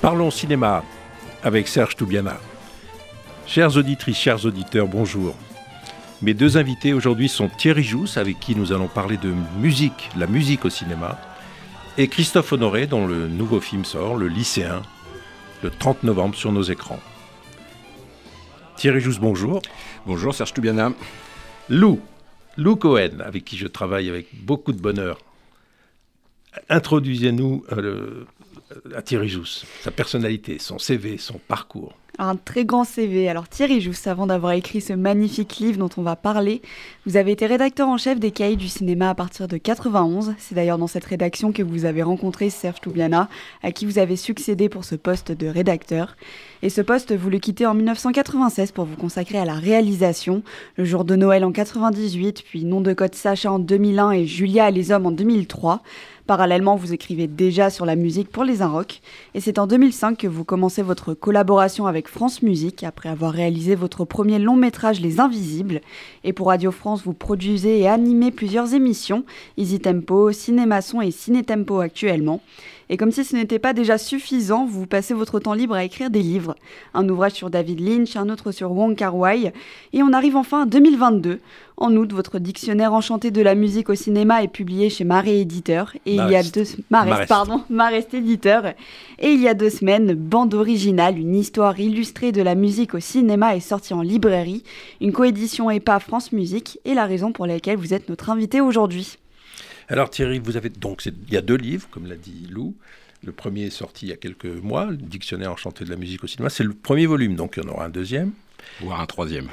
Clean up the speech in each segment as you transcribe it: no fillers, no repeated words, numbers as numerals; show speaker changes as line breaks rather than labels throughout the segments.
Parlons cinéma avec Serge Toubiana. Chères auditrices, chers auditeurs, bonjour. Mes deux invités aujourd'hui sont Thierry Jousse, avec qui nous allons parler de musique, la musique au cinéma, et Christophe Honoré, dont le nouveau film sort, Le Lycéen, le 30 novembre sur nos écrans. Thierry Jousse, bonjour.
Bonjour Serge Toubiana.
Lou Cohen, avec qui je travaille avec beaucoup de bonheur. Introduisez-nous à Thierry Jousse, sa personnalité, son CV, son parcours.
Un très grand CV. Alors Thierry Jousse, avant d'avoir écrit ce magnifique livre dont on va parler, vous avez été rédacteur en chef des Cahiers du cinéma à partir de 91. C'est d'ailleurs dans cette rédaction que vous avez rencontré Serge Toubiana, à qui vous avez succédé pour ce poste de rédacteur. Et ce poste, vous le quittez en 1996 pour vous consacrer à la réalisation. Le jour de Noël en 98, puis Nom de code Sacha en 2001 et Julia et les hommes en 2003. Parallèlement, vous écrivez déjà sur la musique pour les Inrocks. Et c'est en 2005 que vous commencez votre collaboration avec France Musique, après avoir réalisé votre premier long métrage Les Invisibles. Et pour Radio France, vous produisez et animez plusieurs émissions, Easy Tempo, Cinémason et Ciné Tempo actuellement. Et comme si ce n'était pas déjà suffisant, vous passez votre temps libre à écrire des livres. Un ouvrage sur David Lynch, un autre sur Wong Kar-wai. Et on arrive enfin à 2022. En août, votre dictionnaire enchanté de la musique au cinéma est publié chez Marest Éditeur. Et Marest Éditeur. Et il y a 2 semaines, Bande originale, une histoire illustrée de la musique au cinéma est sortie en librairie. Une coédition EPA France Musique et la raison pour laquelle vous êtes notre invité aujourd'hui.
Alors Thierry, vous avez donc il y a 2 livres, comme l'a dit Lou. Le premier est sorti il y a quelques mois, le Dictionnaire enchanté de la musique au cinéma. C'est le premier volume, donc il y en aura un deuxième.
Voire un troisième.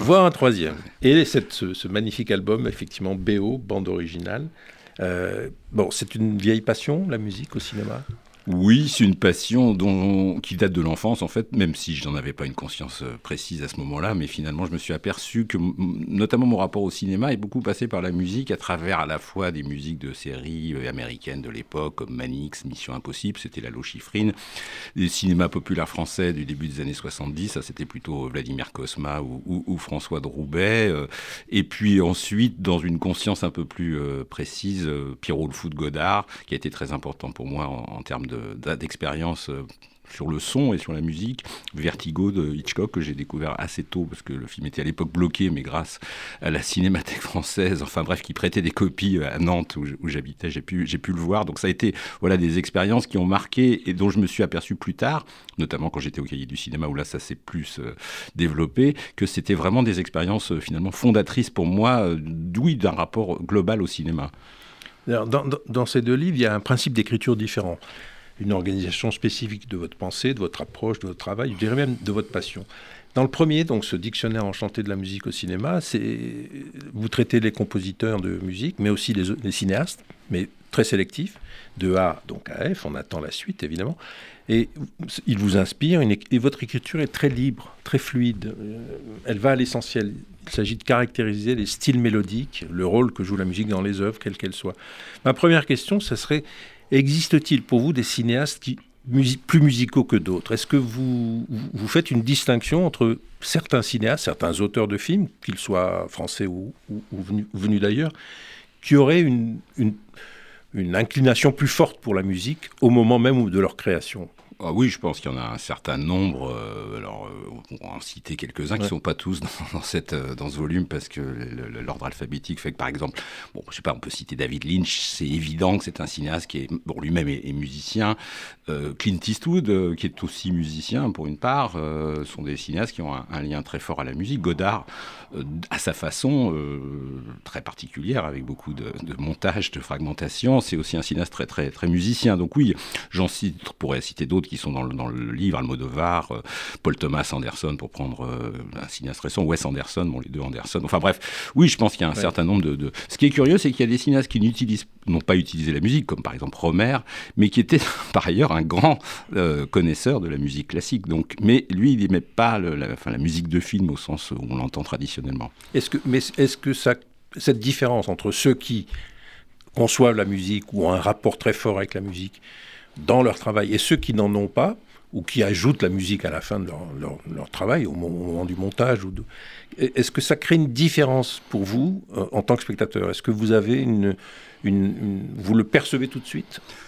Et ce magnifique album, effectivement, BO, bande originale. C'est une vieille passion, la musique au cinéma ?
Oui, c'est une passion qui date de l'enfance, en fait, même si je n'en avais pas une conscience précise à ce moment-là. Mais finalement, je me suis aperçu que, notamment mon rapport au cinéma, est beaucoup passé par la musique, à travers à la fois des musiques de séries américaines de l'époque, comme Manix, Mission Impossible, c'était Lalo Schifrin, des cinémas populaires français du début des années 70, ça c'était plutôt Vladimir Cosma ou François de Roubaix. Et puis ensuite, dans une conscience un peu plus précise, Pierrot le Fou de Godard, qui a été très important pour moi en termes d'expérience sur le son et sur la musique. Vertigo de Hitchcock, que j'ai découvert assez tôt, parce que le film était à l'époque bloqué, mais grâce à la Cinémathèque française, enfin bref, qui prêtait des copies à Nantes, où j'habitais, j'ai pu le voir. Donc ça a été des expériences qui ont marqué et dont je me suis aperçu plus tard, notamment quand j'étais au Cahier du cinéma, où là ça s'est plus développé, que c'était vraiment des expériences finalement fondatrices pour moi, d'un rapport global au cinéma.
Alors, dans ces 2 livres, il y a un principe d'écriture différent. Une organisation spécifique de votre pensée, de votre approche, de votre travail, je dirais même de votre passion. Dans le premier, donc ce dictionnaire enchanté de la musique au cinéma, vous traitez les compositeurs de musique, mais aussi les cinéastes, mais très sélectifs, de A donc à F, on attend la suite évidemment, et il vous inspire, et votre écriture est très libre, très fluide, elle va à l'essentiel. Il s'agit de caractériser les styles mélodiques, le rôle que joue la musique dans les œuvres, quelle qu'elle soit. Ma première question, ce serait, existe-t-il pour vous des cinéastes plus musicaux que d'autres ? Est-ce que vous faites une distinction entre certains cinéastes, certains auteurs de films, qu'ils soient français ou venus d'ailleurs, qui auraient une inclination plus forte pour la musique au moment même de leur création ?
Ah oui, je pense qu'il y en a un certain nombre. On va en citer quelques-uns qui ne sont pas tous dans ce volume, parce que l'ordre alphabétique fait que, par exemple, on peut citer David Lynch. C'est évident que c'est un cinéaste qui lui-même est musicien. Clint Eastwood, qui est aussi musicien pour une part, sont des cinéastes qui ont un lien très fort à la musique. Godard, à sa façon très particulière, avec beaucoup de montage, de fragmentation, c'est aussi un cinéaste très, très, très musicien. Donc oui, pourrais citer d'autres qui sont dans le livre, Almodovar, Paul Thomas Anderson, pour prendre un cinéaste récent, Wes Anderson, les 2 Anderson. Enfin bref, oui, je pense qu'il y a un certain nombre de... Ce qui est curieux, c'est qu'il y a des cinéastes qui n'ont pas utilisé la musique, comme par exemple Rohmer, mais qui était par ailleurs un grand connaisseur de la musique classique. Donc, mais lui, il n'aimait pas la musique de film au sens où on l'entend traditionnellement.
Est-ce que cette différence entre ceux qui conçoivent la musique ou ont un rapport très fort avec la musique dans leur travail, et ceux qui n'en ont pas, ou qui ajoutent la musique à la fin de leur travail, au moment du montage, est-ce que ça crée une différence pour vous en tant que spectateur ? Est-ce que vous avez vous le percevez tout de suite ?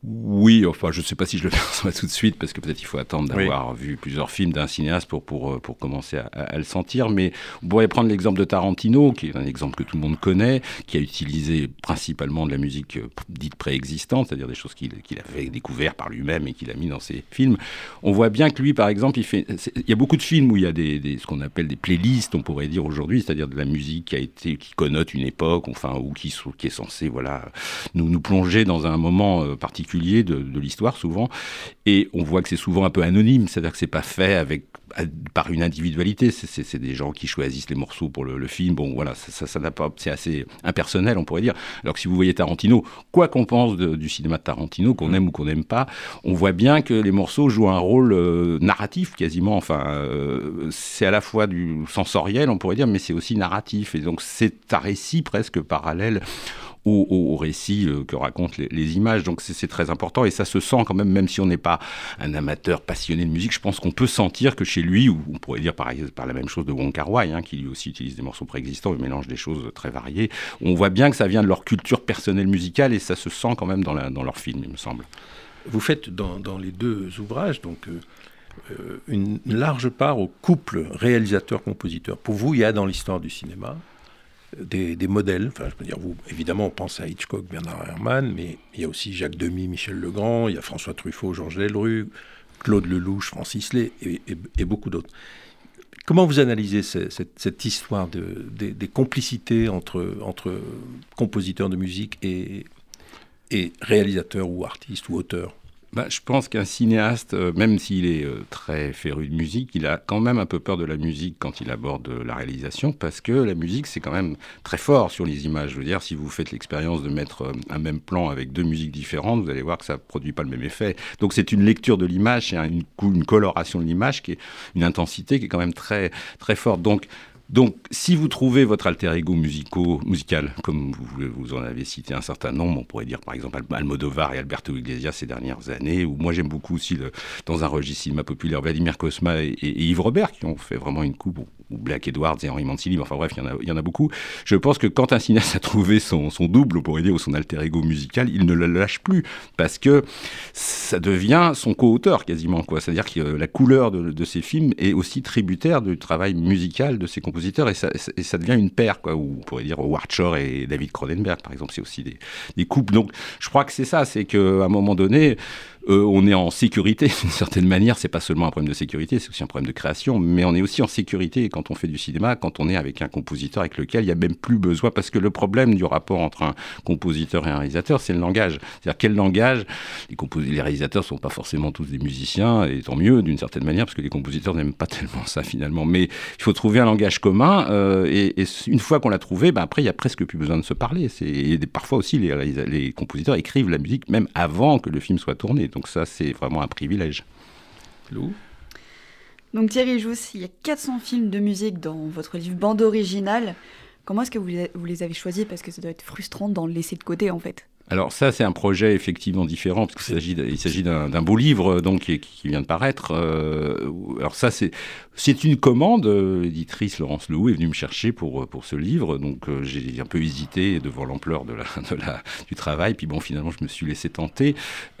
Oui, enfin, je ne sais pas si je le perçois tout de suite, parce que peut-être il faut attendre d'avoir vu plusieurs films d'un cinéaste pour commencer à le sentir. Mais on pourrait prendre l'exemple de Tarantino, qui est un exemple que tout le monde connaît, qui a utilisé principalement de la musique dite préexistante, c'est-à-dire des choses qu'il avait découvertes par lui-même et qu'il a mis dans ses films. On voit bien que lui, par exemple, il y a beaucoup de films où il y a ce qu'on appelle des playlists, on pourrait dire aujourd'hui, c'est-à-dire de la musique qui connote une époque, enfin, ou qui est censée, nous plonger dans un moment particulier de l'histoire souvent, et on voit que c'est souvent un peu anonyme, c'est-à-dire que c'est pas fait par une individualité, c'est des gens qui choisissent les morceaux pour le film, bon voilà, ça n'a pas, c'est assez impersonnel on pourrait dire, alors que si vous voyez Tarantino, quoi qu'on pense du cinéma de Tarantino, qu'on aime ou qu'on n'aime pas, on voit bien que les morceaux jouent un rôle narratif quasiment, enfin c'est à la fois du sensoriel on pourrait dire, mais c'est aussi narratif, et donc c'est un récit presque parallèle au récit que racontent les images. Donc c'est très important et ça se sent quand même si on n'est pas un amateur passionné de musique, je pense qu'on peut sentir que chez lui, ou on pourrait dire par la même chose de Wong Kar-wai, qui lui aussi utilise des morceaux préexistants et mélange des choses très variées, on voit bien que ça vient de leur culture personnelle musicale et ça se sent quand même dans leur film, il me semble.
Vous faites dans les deux ouvrages donc une large part au couple réalisateur-compositeur. Pour vous, il y a dans l'histoire du cinéma des modèles, enfin je peux dire, évidemment on pense à Hitchcock, Bernard Herrmann, mais il y a aussi Jacques Demy, Michel Legrand, il y a François Truffaut, Georges Delrues, Claude Lelouch, Francis Lay et beaucoup d'autres. Comment vous analysez cette histoire des complicités entre compositeurs de musique et réalisateurs ou artistes ou auteurs ?
Je pense qu'un cinéaste, même s'il est très féru de musique, il a quand même un peu peur de la musique quand il aborde la réalisation, parce que la musique, c'est quand même très fort sur les images. Je veux dire, si vous faites l'expérience de mettre un même plan avec deux musiques différentes, vous allez voir que ça ne produit pas le même effet. Donc c'est une lecture de l'image, c'est une coloration de l'image, qui est une intensité qui est quand même très, très forte. Donc, si vous trouvez votre alter ego musical, comme vous en avez cité un certain nombre, on pourrait dire par exemple Almodovar et Alberto Iglesias ces dernières années, ou moi j'aime beaucoup aussi, dans un registre cinéma populaire, Vladimir Cosma et Yves Robert, qui ont fait vraiment une coupe, ou Black Edwards et Henri Mancini, enfin bref, il y en a beaucoup. Je pense que quand un cinéaste a trouvé son double, on pourrait dire, ou son alter ego musical, il ne le lâche plus, parce que ça devient son co-auteur quasiment, quoi. C'est-à-dire que la couleur de ses films est aussi tributaire du travail musical de ses compositeurs, et ça devient une paire, quoi. Ou on pourrait dire Howard Shore et David Cronenberg, par exemple, c'est aussi des couples. Donc je crois que c'est ça, c'est qu'à un moment donné, on est en sécurité d'une certaine manière. C'est pas seulement un problème de sécurité, c'est aussi un problème de création, mais on est aussi en sécurité quand on fait du cinéma, quand on est avec un compositeur avec lequel il n'y a même plus besoin, parce que le problème du rapport entre un compositeur et un réalisateur, c'est le langage. C'est-à-dire quel langage. Les réalisateurs sont pas forcément tous des musiciens, et tant mieux d'une certaine manière, parce que les compositeurs n'aiment pas tellement ça finalement, mais il faut trouver un langage commun, et une fois qu'on l'a trouvé, après il y a presque plus besoin de se parler. Et parfois aussi les compositeurs écrivent la musique même avant que le film soit tourné. Donc ça, c'est vraiment un privilège.
Lou ?
Donc Thierry Jousse, il y a 400 films de musique dans votre livre bande originale. Comment est-ce que vous les avez choisis ? Parce que ça doit être frustrant d'en laisser de côté, en fait.
Alors ça, c'est un projet effectivement différent, parce qu'il s'agit d'un beau livre donc, qui vient de paraître. Alors ça, c'est une commande. L'éditrice Laurence Lehou est venue me chercher pour ce livre. Donc j'ai un peu hésité devant l'ampleur du travail. Puis bon, finalement, je me suis laissé tenter.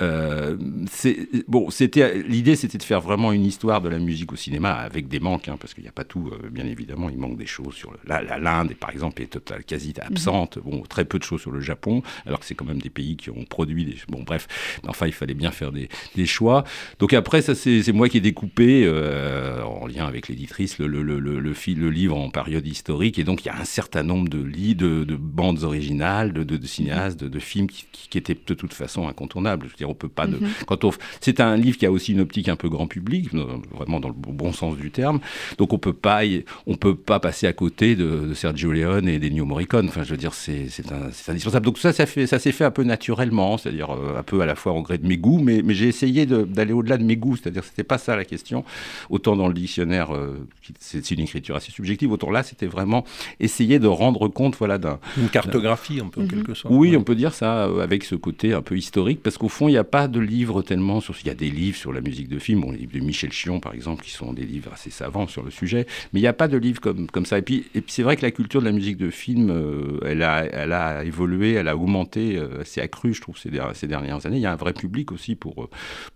L'idée, c'était de faire vraiment une histoire de la musique au cinéma, avec des manques, parce qu'il n'y a pas tout, bien évidemment. Il manque des choses sur l'Inde, par exemple, est quasi absente. Bon, très peu de choses sur le Japon, alors que c'est quand même des pays qui ont produit bon bref, enfin il fallait bien faire des choix. Donc après ça c'est moi qui ai découpé en lien avec l'éditrice le livre en période historique, et donc il y a un certain nombre de bandes originales, de cinéastes, de films qui étaient de toute façon incontournables. Je veux dire, on peut pas c'est un livre qui a aussi une optique un peu grand public, vraiment dans le bon sens du terme. Donc on peut pas passer à côté de Sergio Leone et d'Ennio Morricone. Enfin je veux dire c'est indispensable. Donc ça s'est fait un peu naturellement, c'est-à-dire un peu à la fois au gré de mes goûts, mais j'ai essayé d'aller au-delà de mes goûts, c'est-à-dire que c'était pas ça la question. Autant dans le dictionnaire, c'est une écriture assez subjective, autant là, c'était vraiment essayer de rendre compte,
une cartographie, un peu, en quelque sorte.
Oui, on peut dire ça, avec ce côté un peu historique, parce qu'au fond, il n'y a pas de livres tellement il y a des livres sur la musique de film, les livres de Michel Chion, par exemple, qui sont des livres assez savants sur le sujet, mais il n'y a pas de livres comme ça. Et puis c'est vrai que la culture de la musique de film, elle a évolué, elle a augmenté assez accrue, je trouve, ces dernières années. Il y a un vrai public aussi pour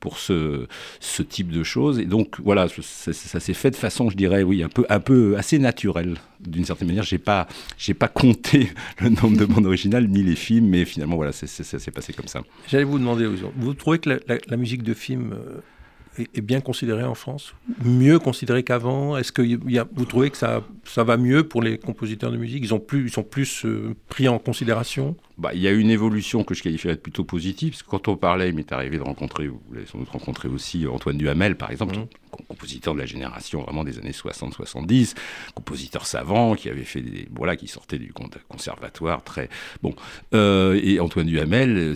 ce type de choses. Et donc, voilà, ça s'est fait de façon, je dirais, oui, un peu assez naturelle. D'une certaine manière, j'ai pas compté le nombre de bandes originales ni les films, mais finalement, voilà, ça s'est passé comme ça.
J'allais vous demander, vous trouvez que la musique de film est bien considérée en France, mieux considérée qu'avant? Est-ce que vous trouvez que ça va mieux pour les compositeurs de musique? Ils sont plus pris en considération?
Il y a une évolution que je qualifierais de plutôt positive, parce que quand on parlait, il m'est arrivé de rencontrer, vous l'avez sans doute rencontré aussi, Antoine Duhamel, par exemple, compositeur de la génération vraiment des années 60-70, compositeur savant, qui avait fait qui sortait du conservatoire, très bon. Et Antoine Duhamel,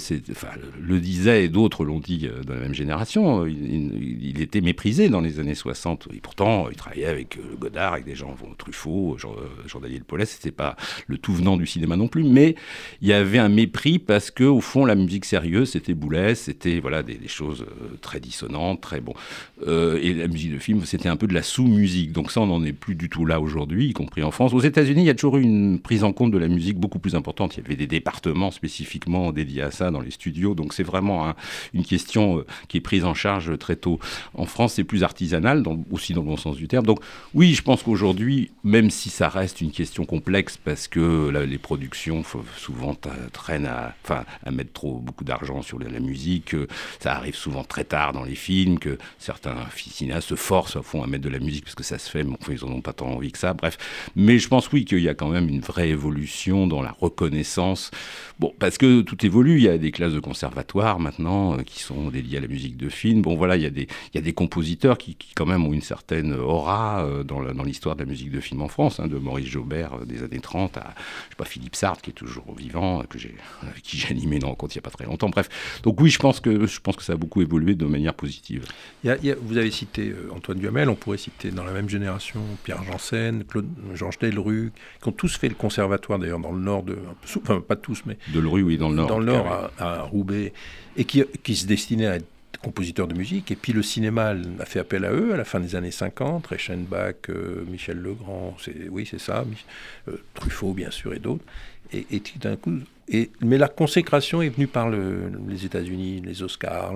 le disait, et d'autres l'ont dit dans la même génération, il était méprisé dans les années 60. Et pourtant, il travaillait avec Godard, avec des gens, Truffaut, Jean Daniel Paulet, c'était pas le tout venant du cinéma non plus, mais il y avait un mépris parce que, au fond, la musique sérieuse, c'était Boulez, c'était des choses très dissonantes, très bon. Et la musique de film, c'était un peu de la sous-musique. Donc ça, on n'en est plus du tout là aujourd'hui, y compris en France. Aux États-Unis, il y a toujours eu une prise en compte de la musique beaucoup plus importante. Il y avait des départements spécifiquement dédiés à ça dans les studios. Donc c'est vraiment une question qui est prise en charge très tôt. En France, c'est plus artisanal, aussi dans le bon sens du terme. Donc oui, je pense qu'aujourd'hui, même si ça reste une question complexe, parce que les productions souvent traînent à mettre beaucoup d'argent sur la musique, ça arrive souvent très tard dans les films, que certains cinéastes se forcent au fond à mettre de la musique parce que ça se fait, mais enfin, ils n'en ont pas tant envie que ça, bref. Mais je pense qu'il y a quand même une vraie évolution dans la reconnaissance. Bon, parce que tout évolue, il y a des classes de conservatoire maintenant qui sont dédiées à la musique de film. Bon voilà, il y a des compositeurs qui quand même ont une certaine aura dans l'histoire de la musique de film en France, de Maurice Jaubert des années 30 à Philippe Sartre qui est toujours vivant, avec qui j'ai animé dans Compte il n'y a pas très longtemps. Bref, donc oui, je pense que ça a beaucoup évolué de manière positive.
Vous avez cité Antoine Duhamel, on pourrait citer dans la même génération Pierre Janssen, Georges Delruc, qui ont tous fait le conservatoire d'ailleurs dans le nord enfin pas tous, mais
Delruc, oui, dans le nord.
Dans le nord, à Roubaix, et qui se destinaient à être compositeurs de musique. Et puis le cinéma a fait appel à eux à la fin des années 50, Reichenbach, Michel Legrand, c'est ça, Truffaut bien sûr et d'autres. Et d'un coup, mais la consécration est venue par les États-Unis, les Oscars,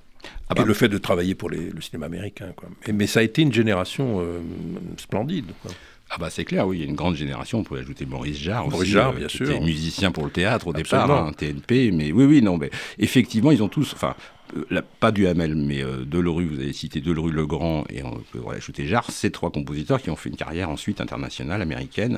et le fait de travailler pour le cinéma américain, quoi. Mais ça a été une génération splendide, quoi.
C'est clair, oui, il y a une grande génération, on pourrait ajouter Maurice Jarre aussi,
bien
qui
sûr.
était musicien pour le théâtre au départ, TNP, mais oui, non, mais effectivement, ils ont tous, pas Duhamel, mais Delruc, vous avez cité Delruc, Legrand, et on peut ajouter Jarre, ces trois compositeurs qui ont fait une carrière ensuite internationale, américaine,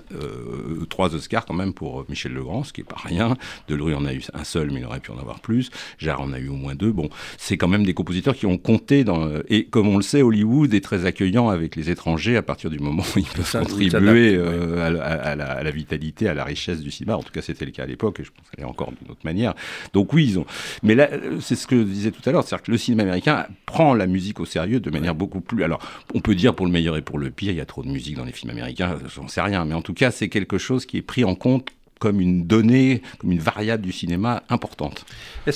3 Oscars quand même pour Michel Legrand, ce qui n'est pas rien. Delruc en a eu un seul, mais il aurait pu en avoir plus. Jarre en a eu au moins 2. Bon, c'est quand même des compositeurs qui ont compté et comme on le sait, Hollywood est très accueillant avec les étrangers à partir du moment où ils peuvent contribuer à la vitalité, à la richesse du cinéma. En tout cas, c'était le cas à l'époque, et je pense que ça l'est encore d'une autre manière. Donc oui, ils ont... Mais là, c'est ce que je disais tout à l'heure, c'est-à-dire que le cinéma américain prend la musique au sérieux de manière beaucoup plus... Alors, on peut dire pour le meilleur et pour le pire, il y a trop de musique dans les films américains, j'en sais rien, mais en tout cas, c'est quelque chose qui est pris en compte comme une donnée, comme une variable du cinéma importante.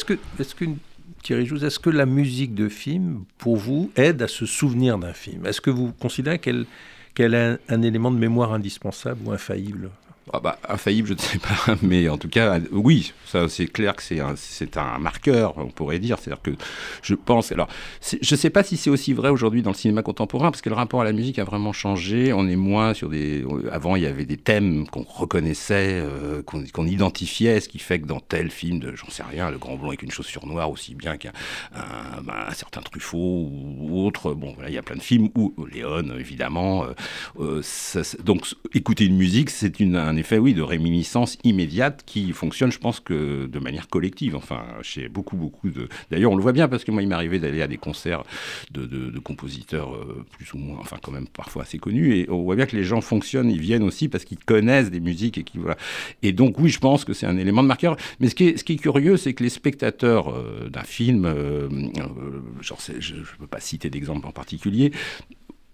Thierry Jouze, est-ce que la musique de film, pour vous, aide à se souvenir d'un film? Est-ce que vous considérez qu'elle a un élément de mémoire indispensable ou infaillible?
Infaillible, je ne sais pas, mais en tout cas, oui, ça c'est clair que c'est un marqueur, on pourrait dire. C'est-à-dire que je pense... Alors, je ne sais pas si c'est aussi vrai aujourd'hui dans le cinéma contemporain, parce que le rapport à la musique a vraiment changé. On est moins sur des... Avant, il y avait des thèmes qu'on reconnaissait, qu'on identifiait, ce qui fait que dans tel film j'en sais rien, Le Grand Blond avec une chaussure noire, aussi bien qu'un certain Truffaut ou autre, bon, voilà, il y a plein de films, ou Léon, évidemment. Donc, écouter une musique, c'est un effet, oui, de réminiscence immédiate qui fonctionne, je pense, que de manière collective. Enfin, chez beaucoup de... D'ailleurs, on le voit bien, parce que moi, il m'arrivait d'aller à des concerts de compositeurs plus ou moins, enfin, quand même, parfois assez connus, et on voit bien que les gens fonctionnent, ils viennent aussi parce qu'ils connaissent des musiques voilà. Et donc, oui, je pense que c'est un élément de marqueur. Mais ce qui est curieux, c'est que les spectateurs d'un film, je ne peux pas citer d'exemple en particulier,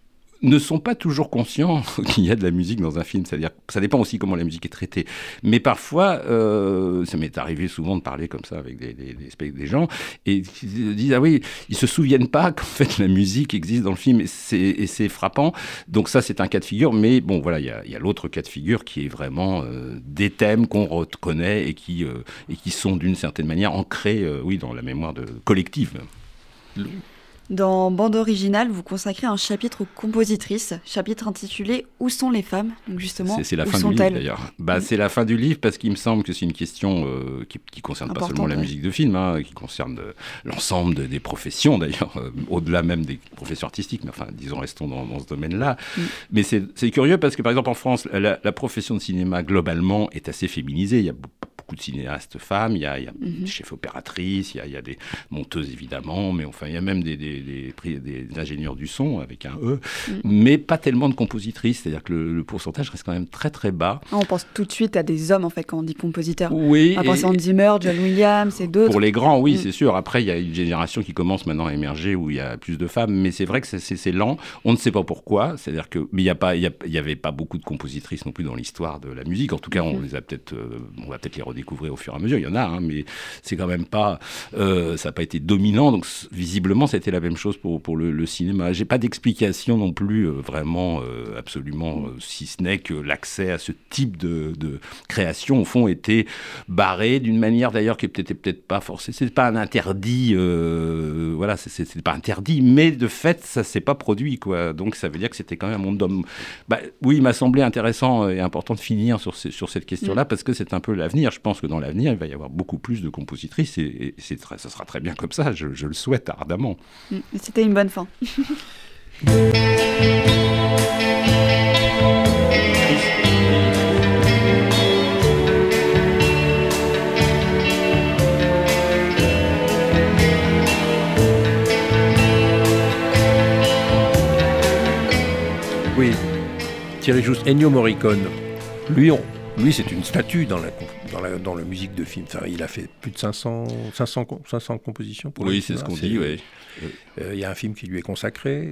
ne sont pas toujours conscients qu'il y a de la musique dans un film. C'est-à-dire que ça dépend aussi comment la musique est traitée. Mais parfois, ça m'est arrivé souvent de parler comme ça avec des gens, et ils disent « Ah oui, ils se souviennent pas qu'en fait la musique existe dans le film », et c'est frappant. Donc ça, c'est un cas de figure. Mais bon, voilà, il y a l'autre cas de figure qui est vraiment des thèmes qu'on reconnaît et qui sont d'une certaine manière ancrés dans la mémoire collective.
Dans Bande originale, vous consacrez un chapitre aux compositrices, chapitre intitulé « Où sont les femmes ?» Donc justement,
c'est la
où
fin du livre d'ailleurs. C'est la fin du livre parce qu'il me semble que c'est une question qui concerne pas seulement la musique de film, qui concerne l'ensemble des professions d'ailleurs, au-delà même des professions artistiques, mais enfin disons restons dans ce domaine-là. Mais c'est curieux parce que par exemple en France, la profession de cinéma globalement est assez féminisée. Il y a beaucoup de cinéastes femmes, il y a des chefs opératrices, il y a des monteuses évidemment, mais enfin il y a même des ingénieurs du son avec un E, mais pas tellement de compositrices, c'est-à-dire que le pourcentage reste quand même très très bas.
On pense tout de suite à des hommes en fait quand on dit compositeur.
Oui.
On pense à Hans Zimmer, John Williams et d'autres.
Pour les grands, oui, c'est sûr. Après, il y a une génération qui commence maintenant à émerger où il y a plus de femmes, mais c'est vrai que c'est lent. On ne sait pas pourquoi. C'est-à-dire que, mais il y avait pas beaucoup de compositrices non plus dans l'histoire de la musique. En tout cas, on va peut-être les redécouvrir au fur et à mesure. Il y en a, mais c'est quand même pas, ça n'a pas été dominant. Donc visiblement, ça a été la même chose pour le cinéma. J'ai pas d'explication non plus vraiment absolument, si ce n'est que l'accès à ce type de création au fond était barré d'une manière d'ailleurs qui était peut-être pas forcée. C'est pas un interdit, voilà, c'est pas interdit, mais de fait ça s'est pas produit quoi. Donc ça veut dire que c'était quand même un monde d'hommes. Oui, il m'a semblé intéressant et important de finir sur cette question-là parce que c'est un peu l'avenir. Je pense que dans l'avenir il va y avoir beaucoup plus de compositrices et ça sera très bien comme ça. Je le souhaite ardemment.
C'était une bonne fin.
Oui, Thierry Jouste, Ennio Morricone, lui c'est une statue dans la musique de film. Enfin, il a fait plus de 500 compositions pour
oui, c'est ce qu'on dit, oui.
Il y a un film qui lui est consacré.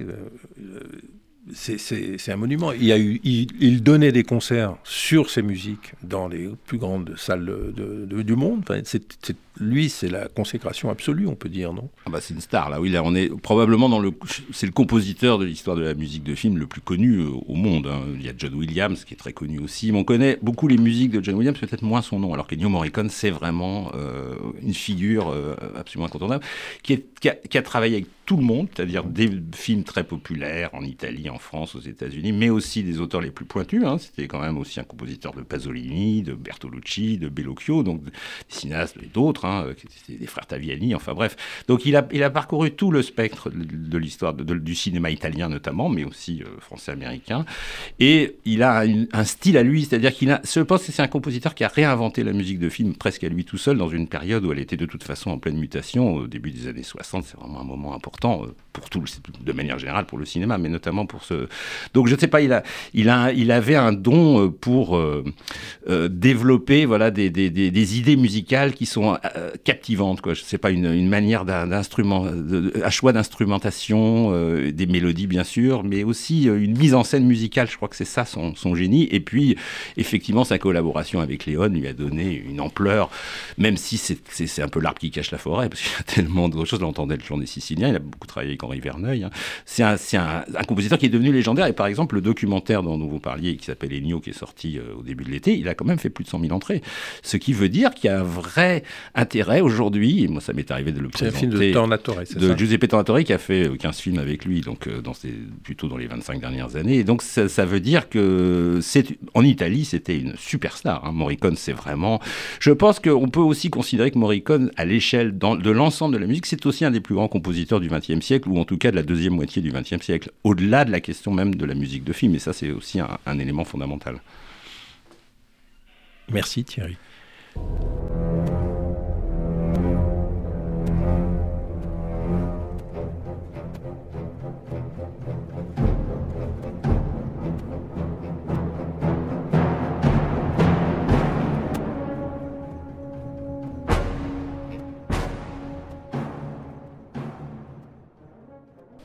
C'est un monument. Il donnait des concerts sur ses musiques dans les plus grandes salles du monde. Enfin, lui, c'est la consécration absolue, on peut dire, non ?
C'est une star, là. Oui, là, on est probablement c'est le compositeur de l'histoire de la musique de film le plus connu au monde. Il y a John Williams, qui est très connu aussi. Mais on connaît beaucoup les musiques de John Williams, peut-être moins son nom. Alors qu'Ennio Morricone, c'est vraiment une figure absolument incontournable, qui a travaillé avec tout le monde, c'est-à-dire des films très populaires en Italie, en France, aux États-Unis, mais aussi des auteurs les plus pointus. C'était quand même aussi un compositeur de Pasolini, de Bertolucci, de Bellocchio, donc des cinéastes et d'autres, des frères Taviani, enfin bref. Donc il a parcouru tout le spectre de l'histoire du cinéma italien notamment, mais aussi français-américain. Et il a un style à lui, c'est-à-dire je pense que c'est un compositeur qui a réinventé la musique de film presque à lui tout seul dans une période où elle était de toute façon en pleine mutation. Au début des années 60, c'est vraiment un moment important pour tout, de manière générale pour le cinéma, mais notamment pour ce. Donc je ne sais pas, il avait un don pour développer des idées musicales qui sont captivantes, quoi. Je ne sais pas, une manière un choix d'instrumentation, des mélodies bien sûr, mais aussi une mise en scène musicale. Je crois que c'est ça son génie. Et puis effectivement sa collaboration avec Léon lui a donné une ampleur, même si c'est un peu l'arbre qui cache la forêt, parce qu'il y a tellement d'autres choses. Là, on entendait le chant des Siciliens, il a beaucoup travaillé avec Henri Verneuil. C'est un compositeur qui est devenu légendaire. Et par exemple, le documentaire dont vous parliez, qui s'appelle Ennio, qui est sorti au début de l'été, il a quand même fait plus de 100 000 entrées. Ce qui veut dire qu'il y a un vrai intérêt aujourd'hui, et moi ça m'est arrivé de le présenter. C'est un film de
Tornatore, c'est ça ?
De Giuseppe Tornatore, qui a fait 15 films avec lui, donc plutôt dans les 25 dernières années. Et donc ça veut dire que en Italie, c'était une superstar. Morricone, c'est vraiment. Je pense qu'on peut aussi considérer que Morricone, à l'échelle de l'ensemble de la musique, c'est aussi un des plus grands compositeurs du XXe siècle, ou en tout cas de la deuxième moitié du XXe siècle, au-delà de la question même de la musique de film. Et ça, c'est aussi un élément fondamental.
Merci Thierry.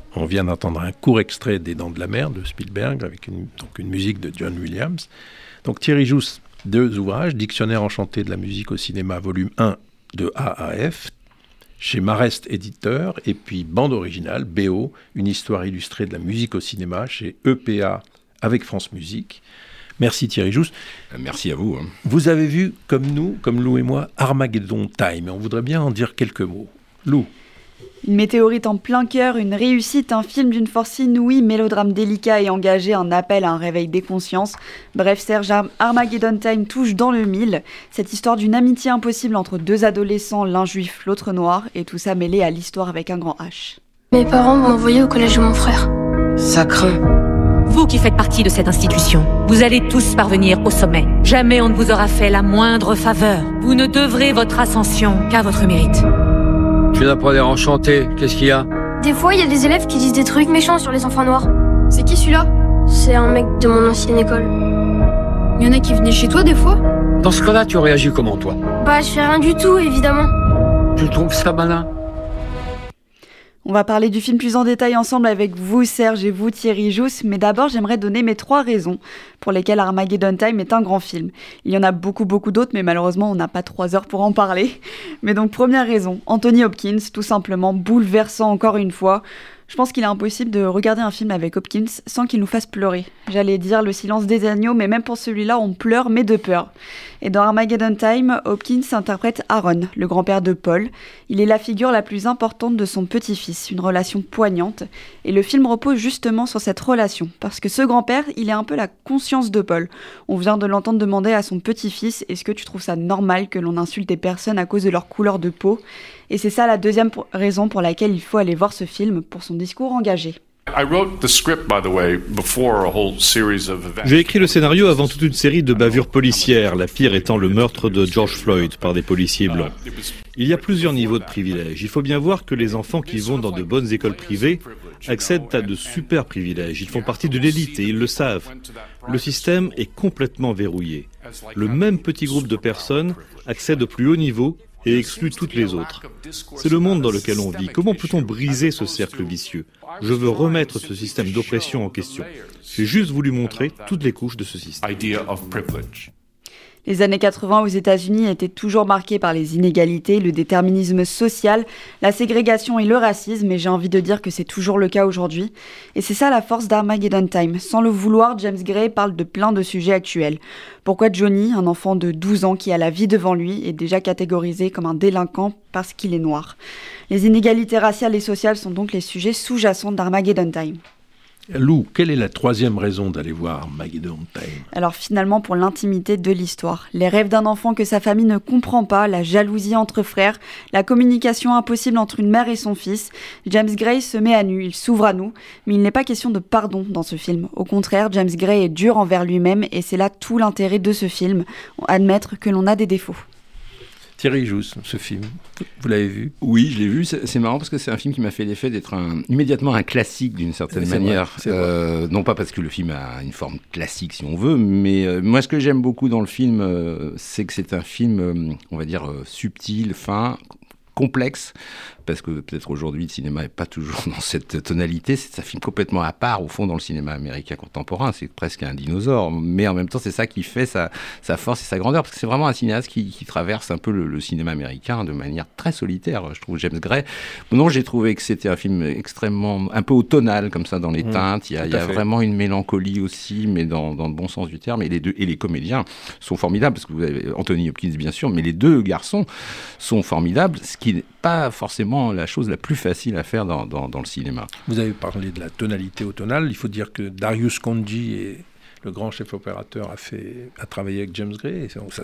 On vient d'entendre un court extrait des Dents de la Mer de Spielberg avec une musique de John Williams. Donc Thierry Jousse, 2 ouvrages, Dictionnaire enchanté de la musique au cinéma, volume 1 de A à F, chez Marest Éditeur, et puis bande originale, BO, une histoire illustrée de la musique au cinéma, chez EPA avec France Musique. Merci Thierry Jousse.
Merci à vous.
Vous avez vu, comme nous, comme Lou et moi, Armageddon Time, et on voudrait bien en dire quelques mots. Lou.
Une météorite en plein cœur, une réussite, un film d'une force inouïe, mélodrame délicat et engagé, un appel à un réveil des consciences. Bref, Serge, Armageddon Time touche dans le mille. Cette histoire d'une amitié impossible entre 2 adolescents, l'un juif, l'autre noir, et tout ça mêlé à l'histoire avec un grand H.
Mes parents m'ont envoyé au collège de mon frère.
Ça craint.
Vous qui faites partie de cette institution, vous allez tous parvenir au sommet. Jamais on ne vous aura fait la moindre faveur. Vous ne devrez votre ascension qu'à votre mérite.
Je viens d'apprendre enchanté. Qu'est-ce qu'il y a?
Des fois, il y a des élèves qui disent des trucs méchants sur les enfants noirs. C'est qui celui-là? C'est un mec de mon ancienne école. Il y en a qui venaient chez toi des fois?
Dans ce cas-là, tu réagis comment, toi?
Bah, je fais rien du tout, évidemment.
Tu trouves ça malin?
On va parler du film plus en détail ensemble avec vous, Serge, et vous, Thierry Jousse. Mais d'abord, j'aimerais donner mes 3 raisons pour lesquelles Armageddon Time est un grand film. Il y en a beaucoup d'autres, mais malheureusement, on n'a pas 3 heures pour en parler. Mais donc, première raison, Anthony Hopkins, tout simplement bouleversant encore une fois. Je pense qu'il est impossible de regarder un film avec Hopkins sans qu'il nous fasse pleurer. J'allais dire Le silence des agneaux, mais même pour celui-là, on pleure, mais de peur. Et dans Armageddon Time, Hopkins interprète Aaron, le grand-père de Paul. Il est la figure la plus importante de son petit-fils, une relation poignante. Et le film repose justement sur cette relation, parce que ce grand-père, il est un peu la conscience de Paul. On vient de l'entendre demander à son petit-fils « Est-ce que tu trouves ça normal que l'on insulte des personnes à cause de leur couleur de peau ?» Et c'est ça la deuxième raison pour laquelle il faut aller voir ce film, pour son discours engagé.
J'ai écrit le scénario avant toute une série de bavures policières, la pire étant le meurtre de George Floyd par des policiers blancs. Il y a plusieurs niveaux de privilèges. Il faut bien voir que les enfants qui vont dans de bonnes écoles privées accèdent à de super privilèges. Ils font partie de l'élite et ils le savent. Le système est complètement verrouillé. Le même petit groupe de personnes accède au plus haut niveau et exclut toutes les autres. C'est le monde dans lequel on vit. Comment peut-on briser ce cercle vicieux? Je veux remettre ce système d'oppression en question. J'ai juste voulu montrer toutes les couches de ce système.
Les années 80 aux États-Unis étaient toujours marquées par les inégalités, le déterminisme social, la ségrégation et le racisme, et j'ai envie de dire que c'est toujours le cas aujourd'hui. Et c'est ça la force d'Armageddon Time. Sans le vouloir, James Gray parle de plein de sujets actuels. Pourquoi Johnny, un enfant de 12 ans qui a la vie devant lui, est déjà catégorisé comme un délinquant parce qu'il est noir? Les inégalités raciales et sociales sont donc les sujets sous-jacents d'Armageddon Time.
Lou, quelle est la 3e raison d'aller voir Armageddon Time?
Alors finalement, pour l'intimité de l'histoire. Les rêves d'un enfant que sa famille ne comprend pas, la jalousie entre frères, la communication impossible entre une mère et son fils. James Gray se met à nu, il s'ouvre à nous, mais il n'est pas question de pardon dans ce film. Au contraire, James Gray est dur envers lui-même et c'est là tout l'intérêt de ce film, admettre que l'on a des défauts.
Thierry Jousse, ce film, vous l'avez vu?
Oui, je l'ai vu. C'est marrant parce que c'est un film qui m'a fait l'effet d'être immédiatement un classique d'une certaine manière.
Vrai.
Non pas parce que le film a une forme classique si on veut, mais moi ce que j'aime beaucoup dans le film, c'est que c'est un film, on va dire, subtil, fin, complexe, parce que peut-être aujourd'hui le cinéma n'est pas toujours dans cette tonalité. C'est un film complètement à part au fond dans le cinéma américain contemporain, c'est presque un dinosaure, mais en même temps c'est ça qui fait sa force et sa grandeur, parce que c'est vraiment un cinéaste qui traverse un peu le cinéma américain de manière très solitaire, je trouve. James Gray, non, j'ai trouvé que c'était un film extrêmement, un peu automnal comme ça dans les teintes, il y a vraiment une mélancolie aussi, mais dans le bon sens du terme, et les comédiens sont formidables, parce que vous avez Anthony Hopkins bien sûr, mais les 2 garçons sont formidables, ce qui n'est pas forcément la chose la plus facile à faire dans le cinéma.
Vous avez parlé de la tonalité automnale. Il faut dire que Darius Khondji, le grand chef opérateur, a travaillé avec James Gray. Et